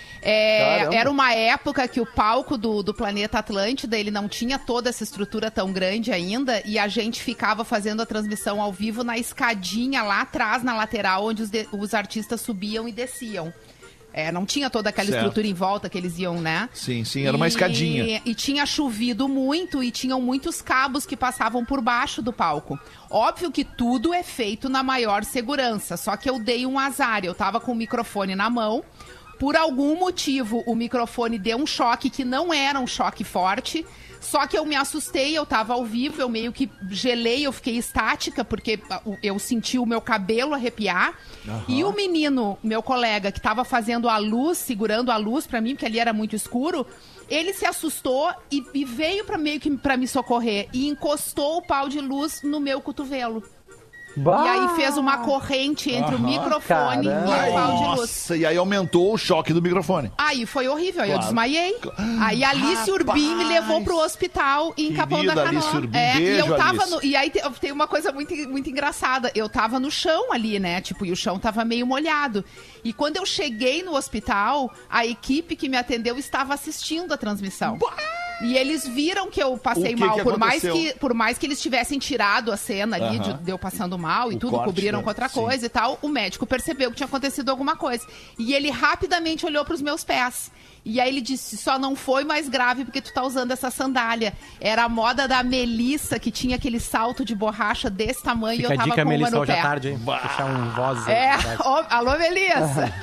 É, Caramba. era uma época que o palco do, do Planeta Atlântida, ele não tinha toda essa estrutura tão grande ainda, e a gente ficava fazendo a transmissão ao vivo na escadinha lá atrás, na lateral, onde os, de- os artistas subiam e desciam. É, não tinha toda aquela Certo. estrutura em volta que eles iam, né? Sim, sim, era uma E- escadinha. E tinha chovido muito e tinham muitos cabos que passavam por baixo do palco. Óbvio que tudo é feito na maior segurança, só que eu dei um azar. Eu tava com o microfone na mão. Por algum motivo, o microfone deu um choque que não era um choque forte. Só que eu me assustei, eu tava ao vivo, eu meio que gelei, eu fiquei estática, porque eu senti o meu cabelo arrepiar. E o menino, meu colega, que tava fazendo a luz, segurando a luz pra mim, porque ali era muito escuro, ele se assustou e, e veio pra meio que pra me socorrer e encostou o pau de luz no meu cotovelo. Bah! E aí fez uma corrente entre o microfone Caramba. e o pau de luz. Nossa, e aí aumentou o choque do microfone. Aí foi horrível, aí eu Claro. desmaiei. Aí a Alice Urbim me levou pro hospital em Capão da Querida Canoa. Alice Urbim, É, e beijo, eu tava Alice. no, e aí te- tem uma coisa muito, muito engraçada. Eu tava no chão ali, né? Tipo, e o chão tava meio molhado. E quando eu cheguei no hospital, a equipe que me atendeu estava assistindo a transmissão. E eles viram que eu passei O que mal, que por mais aconteceu? que por mais que eles tivessem tirado a cena ali de, Aham. de eu passando mal e O tudo, corte, cobriram né? com outra Sim. coisa e tal, o médico percebeu que tinha acontecido alguma coisa. E ele rapidamente olhou pros meus pés. E aí ele disse, só não foi mais grave porque tu tá usando essa sandália. Era a moda da Melissa, que tinha aquele salto de borracha desse tamanho Fica e eu a tava dica, com uma Melissa, no hoje pé. à tarde, hein? Deixar um voz. aí, É, verdade. ó, alô Melissa.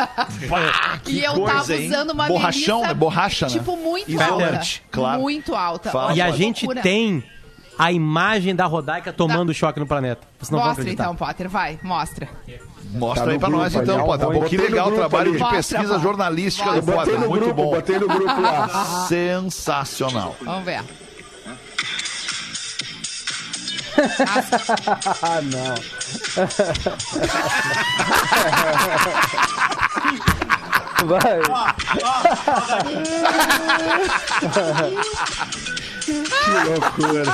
que e eu coisa, tava hein? usando uma Borrachão, Melissa, né? Borracha, né? tipo, muito Isolante, alta. claro. Muito alta. Fala. Olha E a que gente loucura. tem a imagem da Rodaica tomando choque no planeta. Vocês não vão Mostra acreditar. então, Potter, vai, mostra. Mostra Tá aí no pra grupo nós ali, então, ó. Potter. Pô, que Botei no legal o grupo trabalho ali. de Mostra, pesquisa Potter. jornalística do Eu botei Potter. no Muito grupo, bom. botei no grupo lá. Sensacional. Vamos ver. Ah, não. Vai. Que loucura.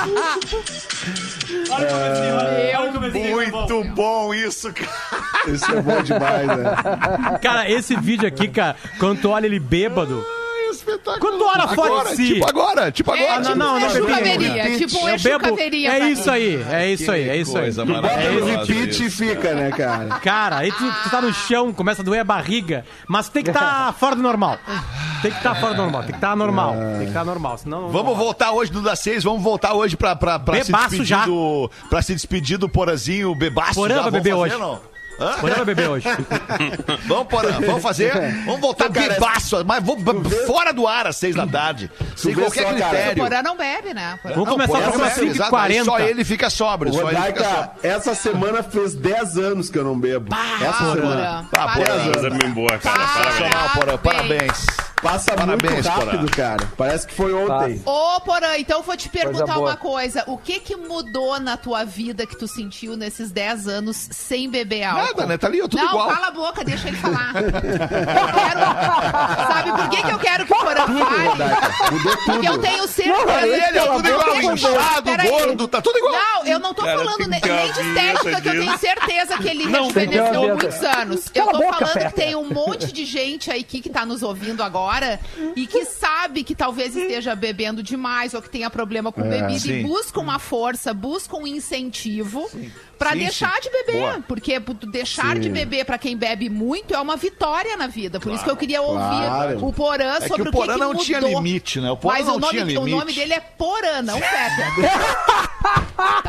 Muito bom isso, cara. Isso é bom demais, né? Cara, esse vídeo aqui, cara, quando tu olha ele bêbado, Espetacular. quando tu olha fora Agora, de si... tipo agora, tipo agora. É, não, tipo não, um não, Exu bebê, Caveirinha, repite. tipo um É, Exu bebo, Caveirinha. é pra isso mim. aí, é isso aí, é isso aí. Coisa Bota maravilhosa no repeat isso. e fica, né, cara? Cara, aí tu, tu tá no chão, começa a doer a barriga, mas tem que estar fora do normal. Tem que estar fora do normal, tem que estar normal, tem que estar normal, senão... não- Vamos voltar hoje no das seis, vamos voltar hoje pra, pra, pra se Bebaço despedir já. do. Pra se despedir do Porazinho, bebaço. Porã já. vai Vamos beber fazer, hoje. não? Hã? Porã vai beber hoje. Vamos, Porã, vamos fazer. Vamos voltar Cara, bebaço, mas vou, fora do ar às seis da tarde. Sem vê qualquer só, cara. O critério. Porã não bebe, né? Porã- Vamos Não, começar Porã a não fazer bebe, cinco e exato, aí quarenta. Só ele fica sóbrio. Só ele fica Rodaica, sóbrio. essa semana fez dez anos que eu não bebo. essa Ah, semana. Porã. Tá, Porã. Parabéns. Coisa bem boa, cara. Parabéns. Sensacional, Porã. Parabéns. Passa Parabéns, muito rápido, Porã. cara. Parece que foi ontem. Ô, Porã, então eu vou te perguntar Coisa boa. uma coisa. O que que mudou na tua vida que tu sentiu nesses dez anos sem beber álcool? Nada, né? Tá ali, ó, tudo não, igual. cala a boca, deixa ele falar. Eu quero... Sabe por que que eu quero que o Porã fale? Rodaica, mudou tudo. Porque eu tenho certeza... Olha ele, ó, tudo igual, Peraí, inchado, peraí. gordo, tá tudo igual. Não, eu não tô Cara, falando tem ne- que ter nem uma de vinheta estética, que eu disso. tenho certeza que ele Não, tem que ter rejuvenesceu uma muitos vinheta. anos. Eu Cala tô a boca, falando Feta. que tem um monte de gente aí que, que tá nos ouvindo agora e que sabe que talvez esteja bebendo demais ou que tenha problema com bebida sim. e busca uma força, busca um incentivo pra Sim, deixar sim. de beber. Boa. Porque deixar de beber pra quem bebe muito é uma vitória na vida. Por isso que eu queria ouvir claro. o Porã É que sobre o o que, Porã que não mudou. tinha limite, né? O Porã Mas não o nome, tinha o limite. nome dele é Porã, não Peter. Tá, então eu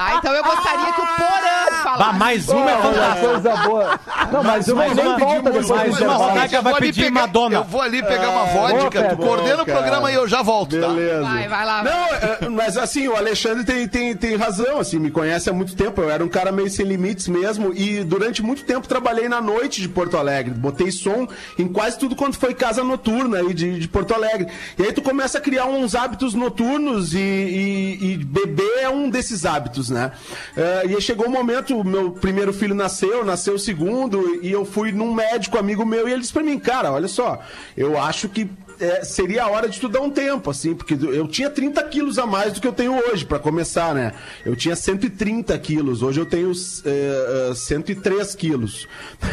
gostaria que o Porã falasse. Bah, mais uma é Uma fantástica. coisa boa. Não, mas uma mais nem uma- volta depois mais do uma intervalo. Rodaica vai Eu vou ali pedir pegar- Madonna. Eu vou ali pegar uma vodka, boa, tu Pedro. coordena o Boa, programa cara. e eu já volto, tá? Beleza. Vai, vai lá. Não, é, mas assim, o Alexandre tem, tem, tem razão, assim, me conhece há muito tempo. Eu era um cara meio sem limites mesmo. E durante muito tempo trabalhei na noite de Porto Alegre. Botei som em quase tudo quanto foi casa noturna aí de, de Porto Alegre. E aí tu começa a criar uns hábitos noturnos e, e, e beber é um desses hábitos, né? É, e aí chegou o momento, meu primeiro filho nasceu, nasceu o segundo, e eu fui num médico amigo meu e ele disse pra mim, cara, olha só, eu acho que é, seria a hora de tu dar um tempo, assim, porque eu tinha trinta quilos a mais do que eu tenho hoje, pra começar, né? Eu tinha cento e trinta quilos, hoje eu tenho é, cento e três quilos.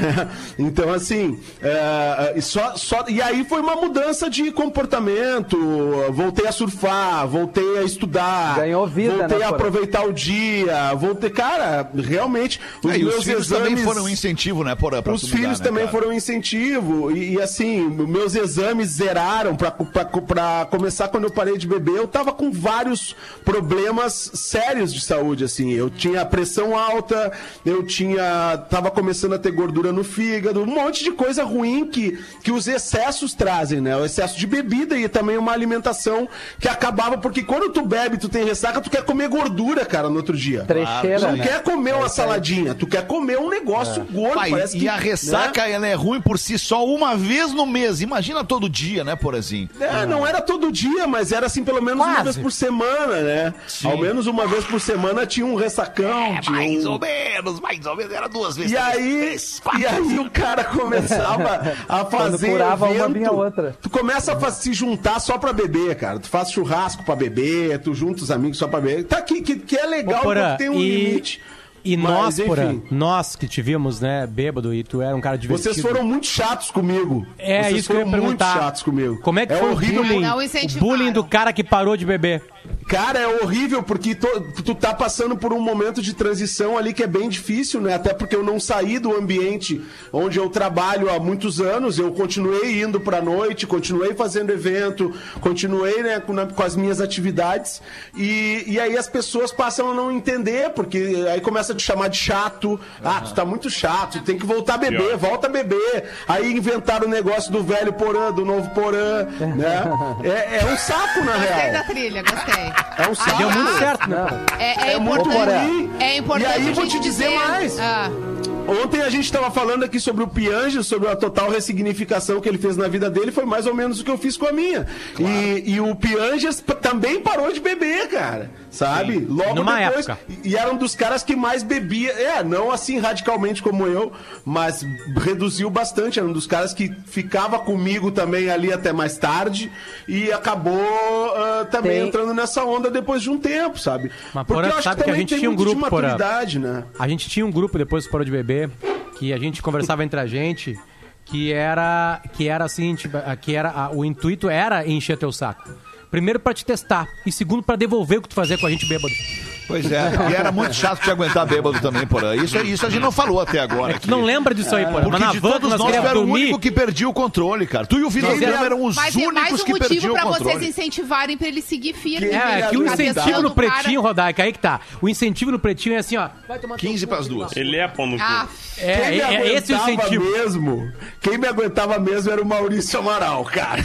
Então, assim, é, e, só, só, e aí foi uma mudança de comportamento, voltei a surfar, voltei a estudar, Ganhou vida, voltei né, a Porã? aproveitar o dia, voltei, cara, realmente, os É, e meus os filhos exames... também foram um incentivo, né, Porã? pra Os tu mudar, filhos né, também cara? foram um incentivo. E, e, assim, meus exames zeraram pra, pra, pra começar quando eu parei de beber. Eu tava com vários problemas sérios de saúde, assim. Eu tinha pressão alta, eu tinha. Tava começando a ter gordura no fígado, um monte de coisa ruim que, que os excessos trazem, né? O excesso de bebida e também uma alimentação que acabava, porque quando tu bebe, tu tem ressaca, tu quer comer gordura, cara, no outro dia. Trecheira, Tu não né? quer comer uma saladinha, tu quer comer um negócio gordo. Pai, parece e que, a ressaca, né? ela é ruim por si só uma vez no mês. Imagina todo dia, né, Porazinho? É, não era todo dia, mas era assim pelo menos uma Quase. vez por semana, né? Ao menos uma vez por semana tinha um ressacão. tinha Mais um... ou menos, mais ou menos. Era duas vezes. E aí, três, quatro, e aí o cara começava a fazer curava uma, evento. vinha outra. Tu começa a fa- se juntar só pra beber, cara. Tu faz churrasco pra beber, tu junta os amigos só pra beber. Tá aqui, que, que é legal, Ô, Porã, porque tem um e- limite. E Mas, nós, Porã, enfim. nós que te vimos, né, bêbado, e tu era um cara divertido. Vocês foram muito chatos comigo. É Vocês isso que eu ia foram muito perguntar. chatos comigo. Como é que é foi horrível. o bullying? Não O incentivaram. bullying do cara que parou de beber. Cara, é horrível porque tu, tu tá passando por um momento de transição ali que é bem difícil, né? Até porque eu não saí do ambiente onde eu trabalho há muitos anos. Eu continuei indo pra noite, continuei fazendo evento, continuei, né, com, na- com as minhas atividades. E, e aí as pessoas passam a não entender, porque aí começa a te chamar de chato. Ah, tu tá muito chato, tem que voltar a beber, Pior. volta a beber. Aí inventaram o negócio do velho Porã, do novo Porã, né? É, é um saco, na Gostei real. da trilha, gostei. É um saco. Deu muito certo, né? É, é, É muito importante. ruim. É importante E aí a vou gente te dizer mais. Ah, Ontem a gente estava falando aqui sobre o Piange, sobre a total ressignificação que ele fez na vida dele, foi mais ou menos o que eu fiz com a minha. E, e o Pianges p- também parou de beber, cara. Sabe? Logo Numa depois. época. E era um dos caras que mais bebia. É, não assim radicalmente como eu, mas reduziu bastante. Era um dos caras que ficava comigo também ali até mais tarde e acabou ah, também Tem- entrando nessa onda depois de um tempo, sabe? Mas, Porque Porã, eu acho sabe que que a também gente tem tinha um muito de grupo, Porã. maturidade, né? A gente tinha um grupo depois que parou de beber, que a gente conversava entre a gente, que era que era assim, tipo, que era a- o intuito era encher teu saco. Primeiro pra te testar e segundo pra devolver o que tu fazia com a gente bêbado. Pois é, e era muito chato te aguentar bêbado também, Porã. Isso, isso a gente não falou até agora. Tu não lembra disso aí, Porã? Mas Porque na de van que todos nós nós tu queríamos era o dormir, único que perdia o controle, cara. Tu e o Vitor Nós eram os mas é mais únicos um que motivo perdiam o pra vocês controle. incentivarem pra ele seguir firme. Que- é, né? que o Ficar incentivo testando no o cara. pretinho, Rodaica, aí que tá. O incentivo no pretinho é assim, ó. Vai tomar teu quinze cu, pras duas. Ele é pão no cu. Ah, É, Quem me é, é esse o aguentava incentivo. mesmo, quem me aguentava mesmo era o Maurício Amaral, cara.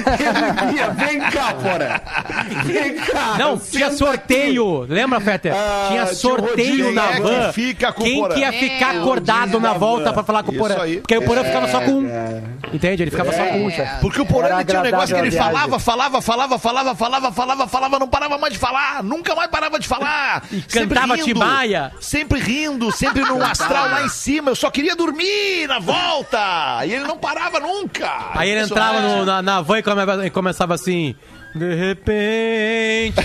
Ele vinha, vem cá, fora. Vem cá. Não, tinha senta sorteio. Lembra, Fetter? Ah, tinha tinha sorteio rodízio. na Quem é van. que fica com o Quem Porã? que ia ficar É, acordado rodízio na na volta van. pra falar com o Isso Porã? aí. Porque aí o Porã ficava só com um. É. Entende? Ele ficava só com um. É. Porque o Porã Era ele tinha um negócio que ele agradável a falava, viagem. falava, falava, falava, falava, falava, falava, não parava mais de falar, nunca mais parava de falar. E cantava Timbaia. Sempre rindo, sempre num astral lá em cima. Eu só queria dormir na volta. E ele não parava nunca. Aí ele entrava no- na, na van e come- e começava assim. De repente,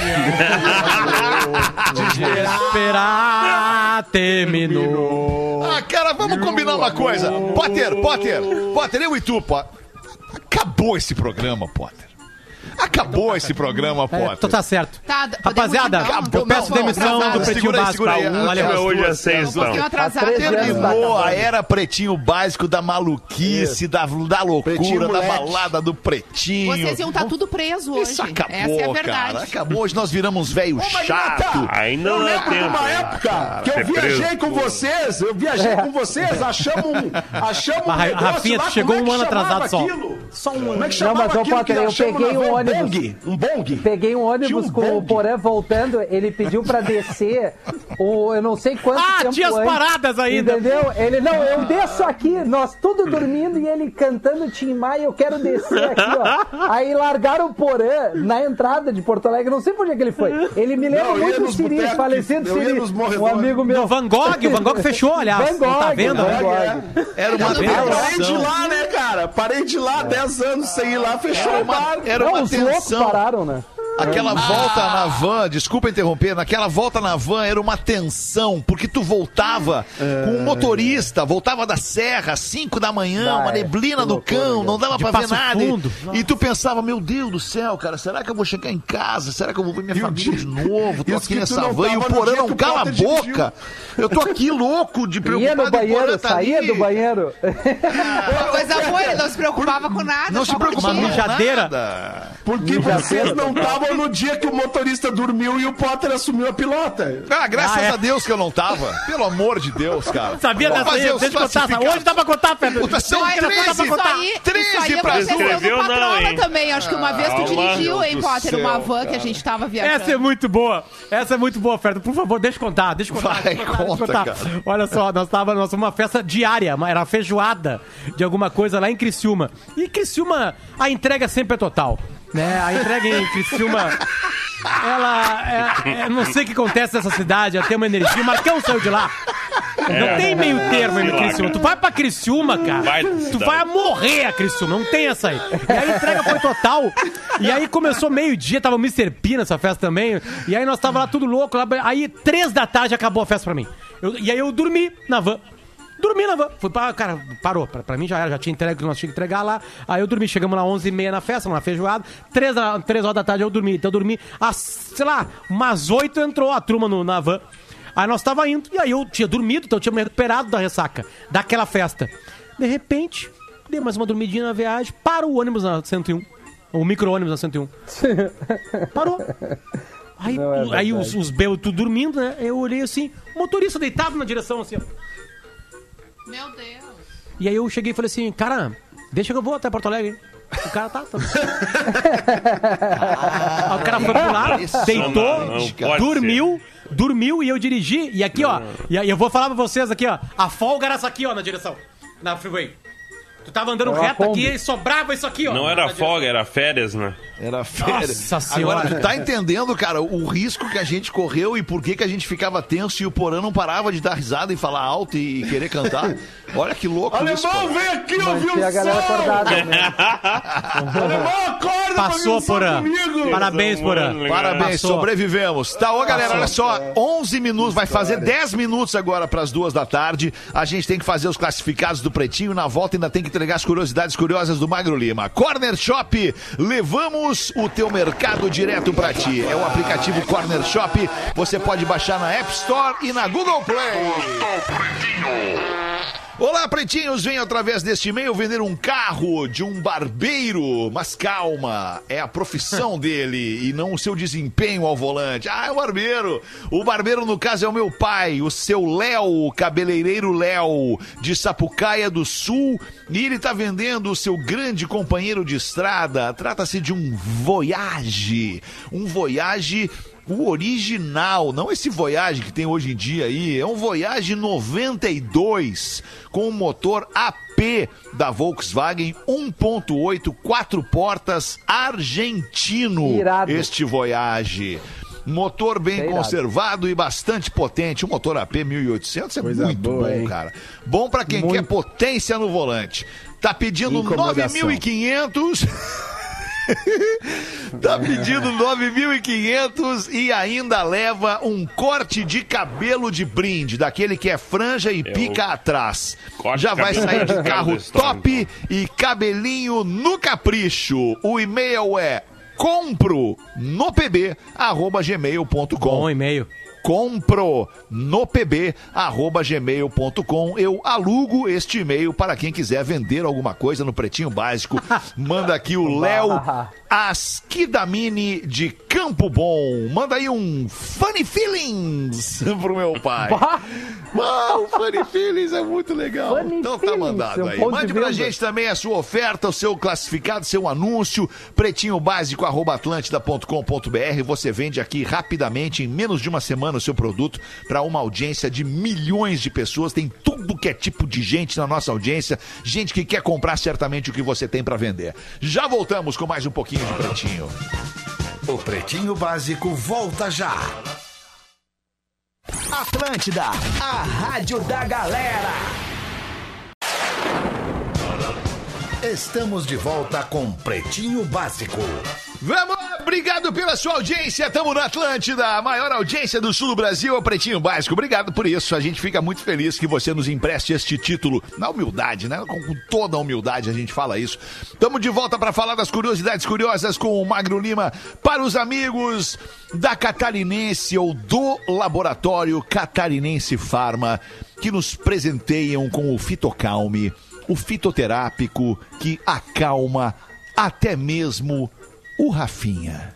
desesperar terminou. Ah, cara, vamos combinar uma coisa. Potter, Potter, Potter, eu e tu, Potter. Acabou esse programa, Potter. Acabou esse programa, É, Potter. tu tá certo. Tá, podemos Rapaziada, então? eu Acabou. peço Não, não, demissão não, do não, Pretinho segura aí, Básico. segura aí. Valeu. Última hoje às seis, Um pouquinho então. atrasado. três anos Terminou tá a era Pretinho Básico da maluquice, da, da loucura, Pretinho da moleque. balada do Pretinho. Vocês iam estar tudo preso hoje. Isso acabou, Essa é a verdade. cara. Acabou. Hoje nós viramos velho chato. Ainda Eu não é lembro de tempo. uma né? época que eu Ser viajei preso. com vocês, eu viajei com vocês, achamos um, achamos um Mas, negócio Rafinha, lá, tu chegou como é um que ano chamava atrasado só. aquilo? Só um Como ano. é que chamava mas, ô, aquilo Potter, que eu achamos peguei na um van? ônibus. Bong, um bong. Peguei um ônibus Tinha um com o bong. Porã voltando, ele pediu pra descer o, eu não sei quanto Ah, tempo tinha as antes, paradas ainda. Entendeu? Ele, não, eu desço aqui, nós tudo dormindo e ele cantando Tim Maia, eu quero descer aqui, ó. Aí largaram o Porã na entrada de Porto Alegre, não sei por onde é que ele foi. Ele me lembra Não, eu ia muito do nos Siri, botecos, falecido eu ia Siri, nos um morredores. amigo meu. No Van Gogh, o Van Gogh fechou, aliás. Van Não tá Gogh, vendo? Van né? Gogh. Era uma Tá vendo? Eu parei de tensão. lá, né, cara? Parei de lá, dez anos sem ir lá, fechou Era o bar. uma, era Não, uma os loucos tensão. pararam, né? Aquela volta na van, desculpa interromper, naquela volta na van era uma tensão, porque tu voltava com um motorista, voltava da serra, às cinco da manhã, Ah, uma é. neblina Que do loucura, cão, cara. não dava De pra ver Passo nada. Fundo. E, e tu pensava, meu Deus do céu, cara, será que eu vou chegar em casa? Será que eu vou ver minha família de novo? Tô Isso aqui que tu nessa não van e o tava no Porã dia não que o cala a Potter dirigiu. boca. Eu tô aqui louco de Ia preocupado no e o Porã banheiro, tá saía ali. do banheiro. Uma coisa boa, ele não se preocupava com nada. Não se só preocupava curtia. com mijadeira. nada. Porque vocês não estavam no dia que o motorista dormiu e o Potter assumiu a pilota. Ah, graças Ah, é. a Deus que eu não tava. Pelo amor de Deus, cara. Sabia Vamos dessa aí? fazer os Deixa eu contar. classificados. Hoje dá pra contar, Pedro. Puta, são Hoje dá pra treze. contar. Isso aí, treze isso aí pra aconteceu escrever ou no não, Patrola hein? também. Acho que uma vez tu Calma. dirigiu, hein, Deus do Potter? Uma céu, van que a gente tava viajando. Essa é muito boa. Essa é muito boa, Ferdo. Por favor, deixa eu contar. Deixa eu contar. Vai, deixa eu contar, deixa eu conta, contar. cara. Olha só, nós tava nós uma festa diária, uma- era uma feijoada de alguma coisa lá em Criciúma. E Criciúma, a entrega sempre é total. Né? A entrega em Criciúma, ela... É, é, não sei o que acontece nessa cidade, ela tem uma energia. O Marcão saiu de lá. Não É. tem meio termo em Se Criciúma. larga. Tu vai pra Criciúma, cara, Vai tu cidade. vai a morrer a Criciúma, não tem essa aí. E aí a entrega foi total. E aí começou meio-dia, tava o mister P nessa festa também. E aí nós tava lá tudo louco. Lá, aí três da tarde acabou a festa pra mim. Eu- e aí eu dormi na van. Dormi na van. Fui pra, cara, parou. Pra, pra mim já era, já tinha entregue o que nós tínhamos que entregar lá. Aí eu dormi. Chegamos lá onze e meia na festa, numa feijoada. Três, da- três horas da tarde eu dormi. Então eu dormi, às, sei lá, umas oito entrou a turma no- na van. Aí nós tava indo. E aí eu tinha dormido, então eu tinha me recuperado da ressaca, daquela festa. De repente, dei mais uma dormidinha na viagem. Para o ônibus na cento e um. O micro-ônibus na cento e um. Parou. Aí, Não é tu- aí verdade. os, os belos tudo dormindo, né? Eu olhei assim, o motorista deitado na direção assim, ó. Meu Deus. E aí eu cheguei e falei assim, cara, deixa que eu vou até Porto Alegre. O cara tá. tá. Aí o cara foi pro lado, deitou, Não, não pode dormiu, dormiu e eu dirigi. E aqui, ó, e aí eu vou falar pra vocês aqui, ó, a folga era essa aqui, ó, na direção, na freeway. Tu tava andando É uma reto aqui Kombi. e sobrava isso aqui, ó. Não na era direção. folga, era férias, né? Era férias. Nossa senhora. Agora, tu tá entendendo, cara, o risco que a gente correu e por que, que a gente ficava tenso e o Porã não parava de dar risada e falar alto e querer cantar? Olha que louco isso, Alemão, Porã. vem aqui ouvir Mantinha o a galera som! acordada. Né? Alemão, acorda pra ouvir Passou, o som Porã. comigo! Parabéns, Porã. Parabéns, Passou. sobrevivemos. Tá, ô galera, olha só, onze minutos, vai fazer dez minutos agora pras duas da tarde. A gente tem que fazer os classificados do Pretinho. Na volta ainda tem que entregar as curiosidades curiosas do Magro Lima. Corner Shop, levamos o teu mercado direto pra ti. É o aplicativo Corner Shop. Você pode baixar na App Store e na Google Play. Olá, pretinhos, venho através deste e-mail vender um carro de um barbeiro, mas calma, é a profissão dele e não o seu desempenho ao volante. Ah, é o barbeiro. O barbeiro, no caso, é o meu pai, o seu Léo, cabeleireiro Léo, de Sapucaia do Sul, e ele tá vendendo o seu grande companheiro de estrada. Trata-se de um Voyage, um Voyage... O original, não esse Voyage que tem hoje em dia aí, é um Voyage noventa e dois com um motor A P da Volkswagen um ponto oito, quatro portas, argentino. Irado. Este Voyage. Motor bem É irado. conservado e bastante potente. O motor A P mil e oitocentos é Coisa muito boa, bom, hein? cara. Bom pra quem Muito. quer potência no volante. Tá pedindo nove Incomodação. mil e quinhentos. Tá pedindo nove mil e quinhentos e ainda leva um corte de cabelo de brinde, daquele que é franja e pica atrás. Corte Já de vai cabelo sair de de carro Storm. top e cabelinho no capricho. O e-mail é compro no pb arroba gmail ponto com. Bom e-mail. Compro no pb arroba gmail ponto com. Eu alugo este e-mail para quem quiser vender alguma coisa no Pretinho Básico. Manda aqui o Léo Asquidamini de Campo Bom. Manda aí um Funny Feelings pro meu pai. Ah, o Funny Feelings é muito legal. Funny então tá Feelings, mandado é um aí. ponto de Mande pra venda. gente também a sua oferta, o seu classificado, seu anúncio. Pretinho Básico arroba atlântida ponto com ponto br. Você vende aqui rapidamente, em menos de uma semana, o seu produto para uma audiência de milhões de pessoas. Tem tudo que é tipo de gente na nossa audiência. Gente que quer comprar certamente o que você tem para vender. Já voltamos com mais um pouquinho de Pretinho. O Pretinho Básico volta já. Atlântida, a rádio da galera. Estamos de volta com Pretinho Básico. Vamos, obrigado pela sua audiência, estamos na Atlântida, a maior audiência do sul do Brasil é o Pretinho Básico, obrigado por isso, a gente fica muito feliz que você nos empreste este título, na humildade, né, com toda a humildade a gente fala isso. Estamos de volta para falar das curiosidades curiosas com o Magro Lima, para os amigos da Catarinense ou do Laboratório Catarinense Farma, que nos presenteiam com o Fitocalme, o fitoterápico que acalma até mesmo o Rafinha.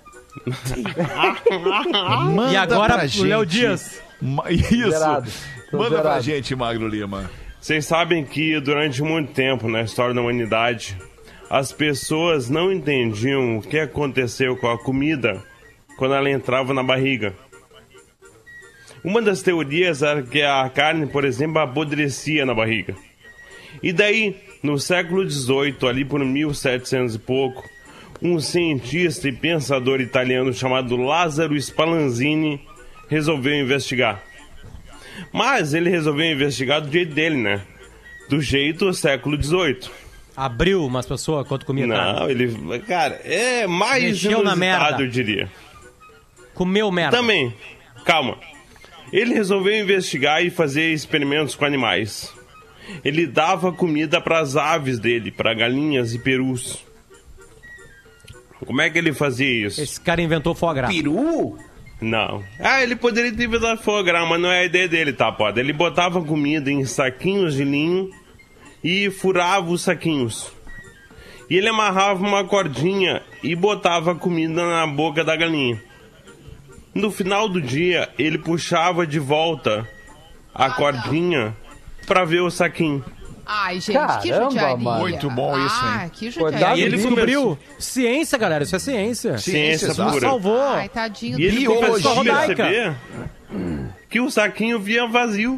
Manda E agora pra o gente. Léo Dias. Ma- Isso. Zerado. Tô Manda pra zerado. gente, Magro Lima. Vocês sabem que durante muito tempo na história da humanidade, as pessoas não entendiam o que aconteceu com a comida quando ela entrava na barriga. Uma das teorias era que a carne, por exemplo, apodrecia na barriga. E daí, no século dezoito, ali por mil e setecentos e pouco, um cientista e pensador italiano chamado Lázaro Spallanzini resolveu investigar. Mas ele resolveu investigar do jeito dele, né? Do jeito do século dezoito. Abriu umas pessoas quando comia carne. Não, ele... Cara, é mais Mexeu na merda. inusitado, eu diria. Comeu merda. Também, calma. Ele resolveu investigar e fazer experimentos com animais. Ele dava comida para as aves dele, para galinhas e perus. Como é que ele fazia isso? Esse cara inventou foie gras. Peru? Não. Ah, ele poderia ter inventado foie gras, mas não é a ideia dele, tá, pode? Ele botava comida em saquinhos de linho e furava os saquinhos. E ele amarrava uma cordinha e botava comida na boca da galinha. No final do dia, ele puxava de volta a cordinha para ver o saquinho. Ai, gente, que Caramba, judiaria. mano. Muito bom isso, hein? Ah, que Cuidado. judiaria. E ele Ele descobriu começou- ciência, galera. Isso é ciência. Ciência exato. pura. Salvou. Ai, tadinho E ele do começou a Rodaica. perceber que o saquinho vinha vazio.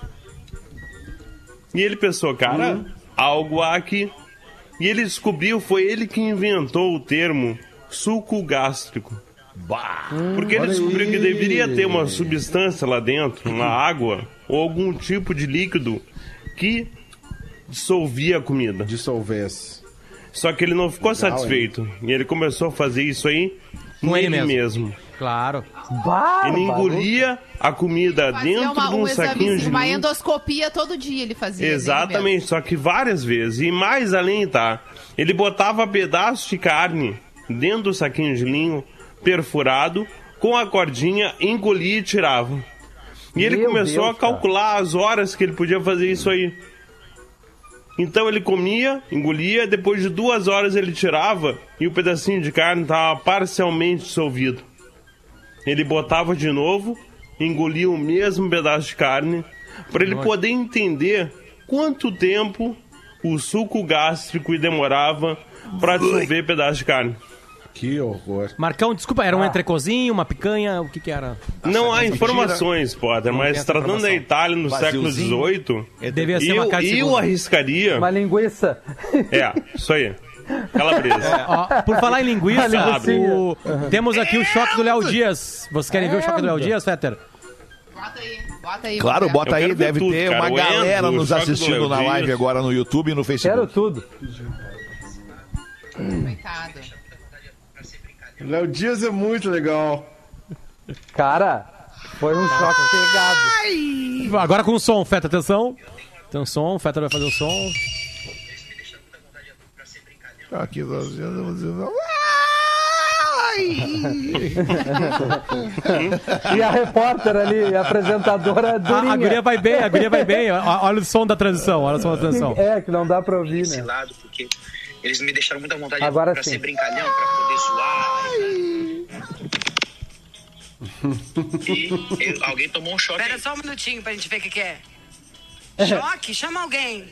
E ele pensou, cara, Uhum. algo há aqui. E ele descobriu, foi ele que inventou o termo suco gástrico. Bah. Porque ele olha descobriu aí. que deveria ter uma substância lá dentro, uma água, ou algum tipo de líquido que dissolvia a comida. Dissolvesse. Só que ele não ficou Legal, satisfeito. E ele começou a fazer isso aí Com ele nele mesmo. mesmo. Claro. Bárbaro. Ele engolia a comida Fazia dentro uma, de um um saquinho exame, de uma linho. endoscopia todo dia ele fazia. nele Exatamente, só que várias vezes. E mais além, tá? Ele botava pedaços de carne dentro do saquinho de linho, perfurado, com a cordinha, engolia e tirava. E ele Meu começou Deus, a calcular as horas que ele podia fazer isso aí. Então ele comia, engolia, depois de duas horas ele tirava e o pedacinho de carne estava parcialmente dissolvido. Ele botava de novo, engolia o mesmo pedaço de carne, para ele poder entender quanto tempo o suco gástrico demorava para dissolver pedaço de carne. Que horror. Marcão, desculpa, era um entrecozinho, uma picanha, o que que era? Não há essa informações, Potter, Não mas tem essa tratando da informação. Itália no século Vaziozinho. dezoito, Devia ser uma eu, carne eu segunda. arriscaria... Uma linguiça. É, isso aí. Calabresa. Ó, por falar em linguiça, linguicinha. o- temos aqui o choque do Léo Dias. Vocês querem ver o choque do Léo Dias, Fetter? Bota aí, bota aí. Claro, vamos ver. bota Eu aí, quero ver deve tudo, ter cara. uma O galera Enzo, nos o choque do assistindo Léo na Dias. live agora no YouTube e no Quero Facebook. tudo. Coitado. Léo Dias é muito legal. Cara, foi um choque pegado. Agora com o som, Fetter, atenção. Tem um som, o Fetter vai fazer o som. Aqui, E a repórter ali, a apresentadora durinha. A, a guria vai bem, a guria vai bem. Olha o som da transição, olha o som da transição. É, que não dá pra ouvir, esse né? lado, porque eles me deixaram muita vontade Agora pra sim. ser brincalhão, pra poder zoar. E eu- alguém tomou um choque. Espera só um minutinho pra gente ver o que, que é. Choque? Chama alguém.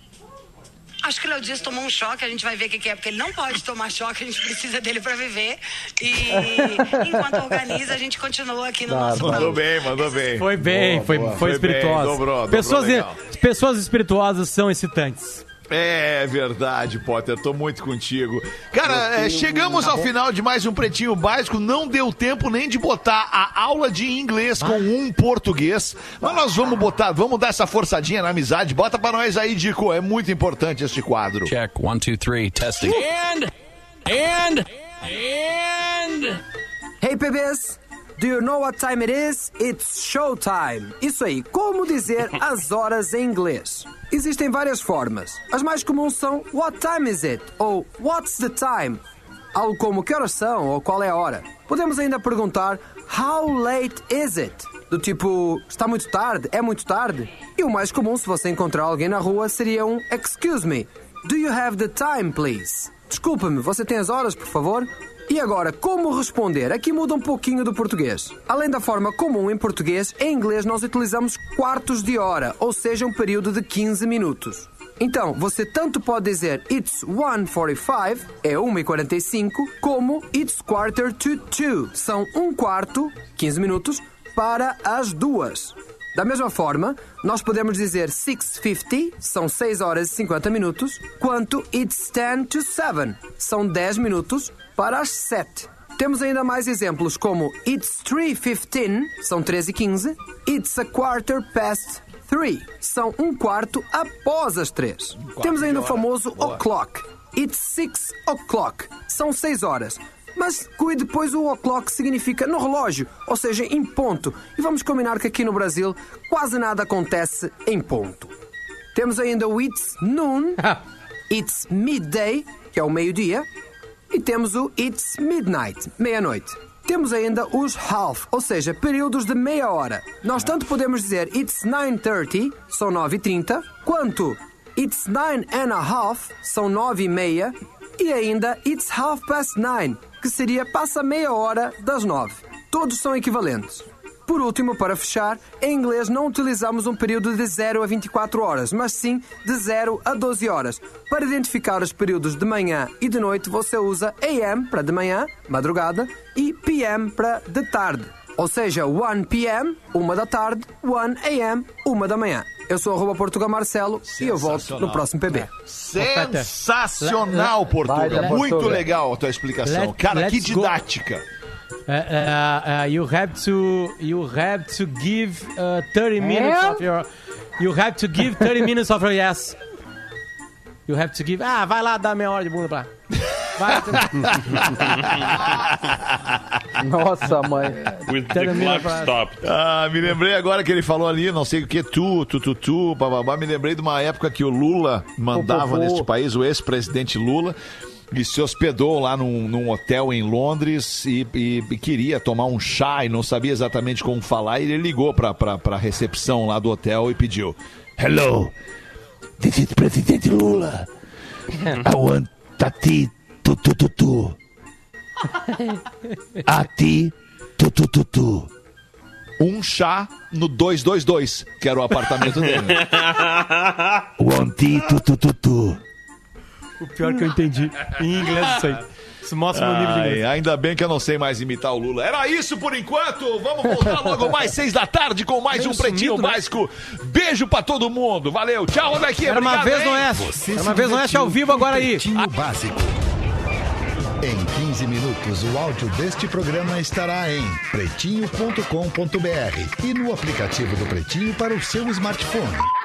Acho que o Léo Dias tomou um choque, a gente vai ver o que, que é, porque ele não pode tomar choque, a gente precisa dele pra viver. E enquanto organiza, a gente continua aqui no nosso Mandou programa. bem, mandou bem. Foi bem, Boa, foi, boa. foi, Foi bem, espirituosa. dobrou, dobrou pessoas, legal. pessoas espirituosas são excitantes. É verdade, Potter, tô muito contigo. Cara, é, chegamos ao final de mais um Pretinho Básico, não deu tempo nem de botar a aula de inglês com um português, mas nós vamos botar, vamos dar essa forçadinha na amizade, bota pra nós aí, Dico, é muito importante este quadro. Check, one, two, three, testing. And, and, and... Hey, bebês! Do you know what time it is? It's showtime. Isso aí, como dizer as horas em inglês? Existem várias formas. As mais comuns são what time is it? Ou what's the time? Algo como que horas são ou qual é a hora. Podemos ainda perguntar how late is it? Do tipo, está muito tarde? É muito tarde? E o mais comum, se você encontrar alguém na rua, seria um excuse me. Do you have the time, please? Desculpa-me, você tem as horas, por favor? E agora, como responder? Aqui muda um pouquinho do português. Além da forma comum em português, em inglês nós utilizamos quartos de hora, ou seja, um período de quinze minutos. Então, você tanto pode dizer it's one forty-five, é uma e quarenta e cinco, como it's quarter to two, são um quarto, quinze minutos, para as duas. Da mesma forma, nós podemos dizer six fifty, são seis horas e cinquenta minutos, quanto it's ten to seven, são dez minutos para as sete. Temos ainda mais exemplos como it's three fifteen, são treze e quinze, it's a quarter past three, são um quarto após as três. Um Temos ainda o famoso Boa. o'clock, it's six o'clock, são seis horas. Mas cuide, depois o o'clock significa no relógio, ou seja, em ponto. E vamos combinar que aqui no Brasil quase nada acontece em ponto. Temos ainda o it's noon, it's midday, que é o meio-dia, e temos o it's midnight, meia-noite. Temos ainda os half, ou seja, períodos de meia hora. Nós tanto podemos dizer it's nine thirty, são nove e trinta, quanto it's nine and a half, são nove e meia, e ainda it's half past nine, que seria passa meia hora das nove. Todos são equivalentes. Por último, para fechar, em inglês não utilizamos um período de zero a vinte e quatro horas, mas sim de zero a doze horas. Para identificar os períodos de manhã e de noite, você usa A M para de manhã, madrugada, e P M para de tarde. Ou seja, one P M, uma da tarde, one A M, uma da manhã. Eu sou arroba Portugal Marcelo e eu volto no próximo P B. Sensacional, Portugal. Muito legal a tua explicação. Let, Cara, que let's go. didática. Uh, uh, uh, you have to you have to give uh, thirty minutes É? of your you have to give thirty minutes of your yes. You have to give. Ah, vai lá dar meia hora de bunda pra. Vai. Nossa, mãe. With the clock stopped. Ah, me lembrei agora que ele falou ali, não sei o que, tu, tu, tu, tu, bababá. Me lembrei de uma época que o Lula mandava Pô, pô, pô. neste país, o ex-presidente Lula, e se hospedou lá num, num hotel em Londres e, e- e queria tomar um chá e não sabia exatamente como falar. E ele ligou pra, pra, pra recepção lá do hotel e pediu: Hello, this is President Lula. I want tati, tu, tu, tu, tu. A ti, tu, tu, tu, tu. Um chá no duzentos e vinte e dois, que era o apartamento dele. One ti, tu, tu, tu, tu. O pior que eu entendi em inglês isso aí. Isso mostra o meu nível de Ai, inglês. ainda bem que eu não sei mais imitar o Lula. Era isso por enquanto. Vamos voltar logo mais seis da tarde com mais Meio um Pretinho sumido, né? Básico. Beijo pra todo mundo. Valeu. Tchau, Rodequinha. Era uma Obrigado, vez no hein? Oeste. Era uma vez no Oeste ao vivo agora aí. Pretinho Básico. Em quinze minutos, o áudio deste programa estará em pretinho ponto com ponto br e no aplicativo do Pretinho para o seu smartphone.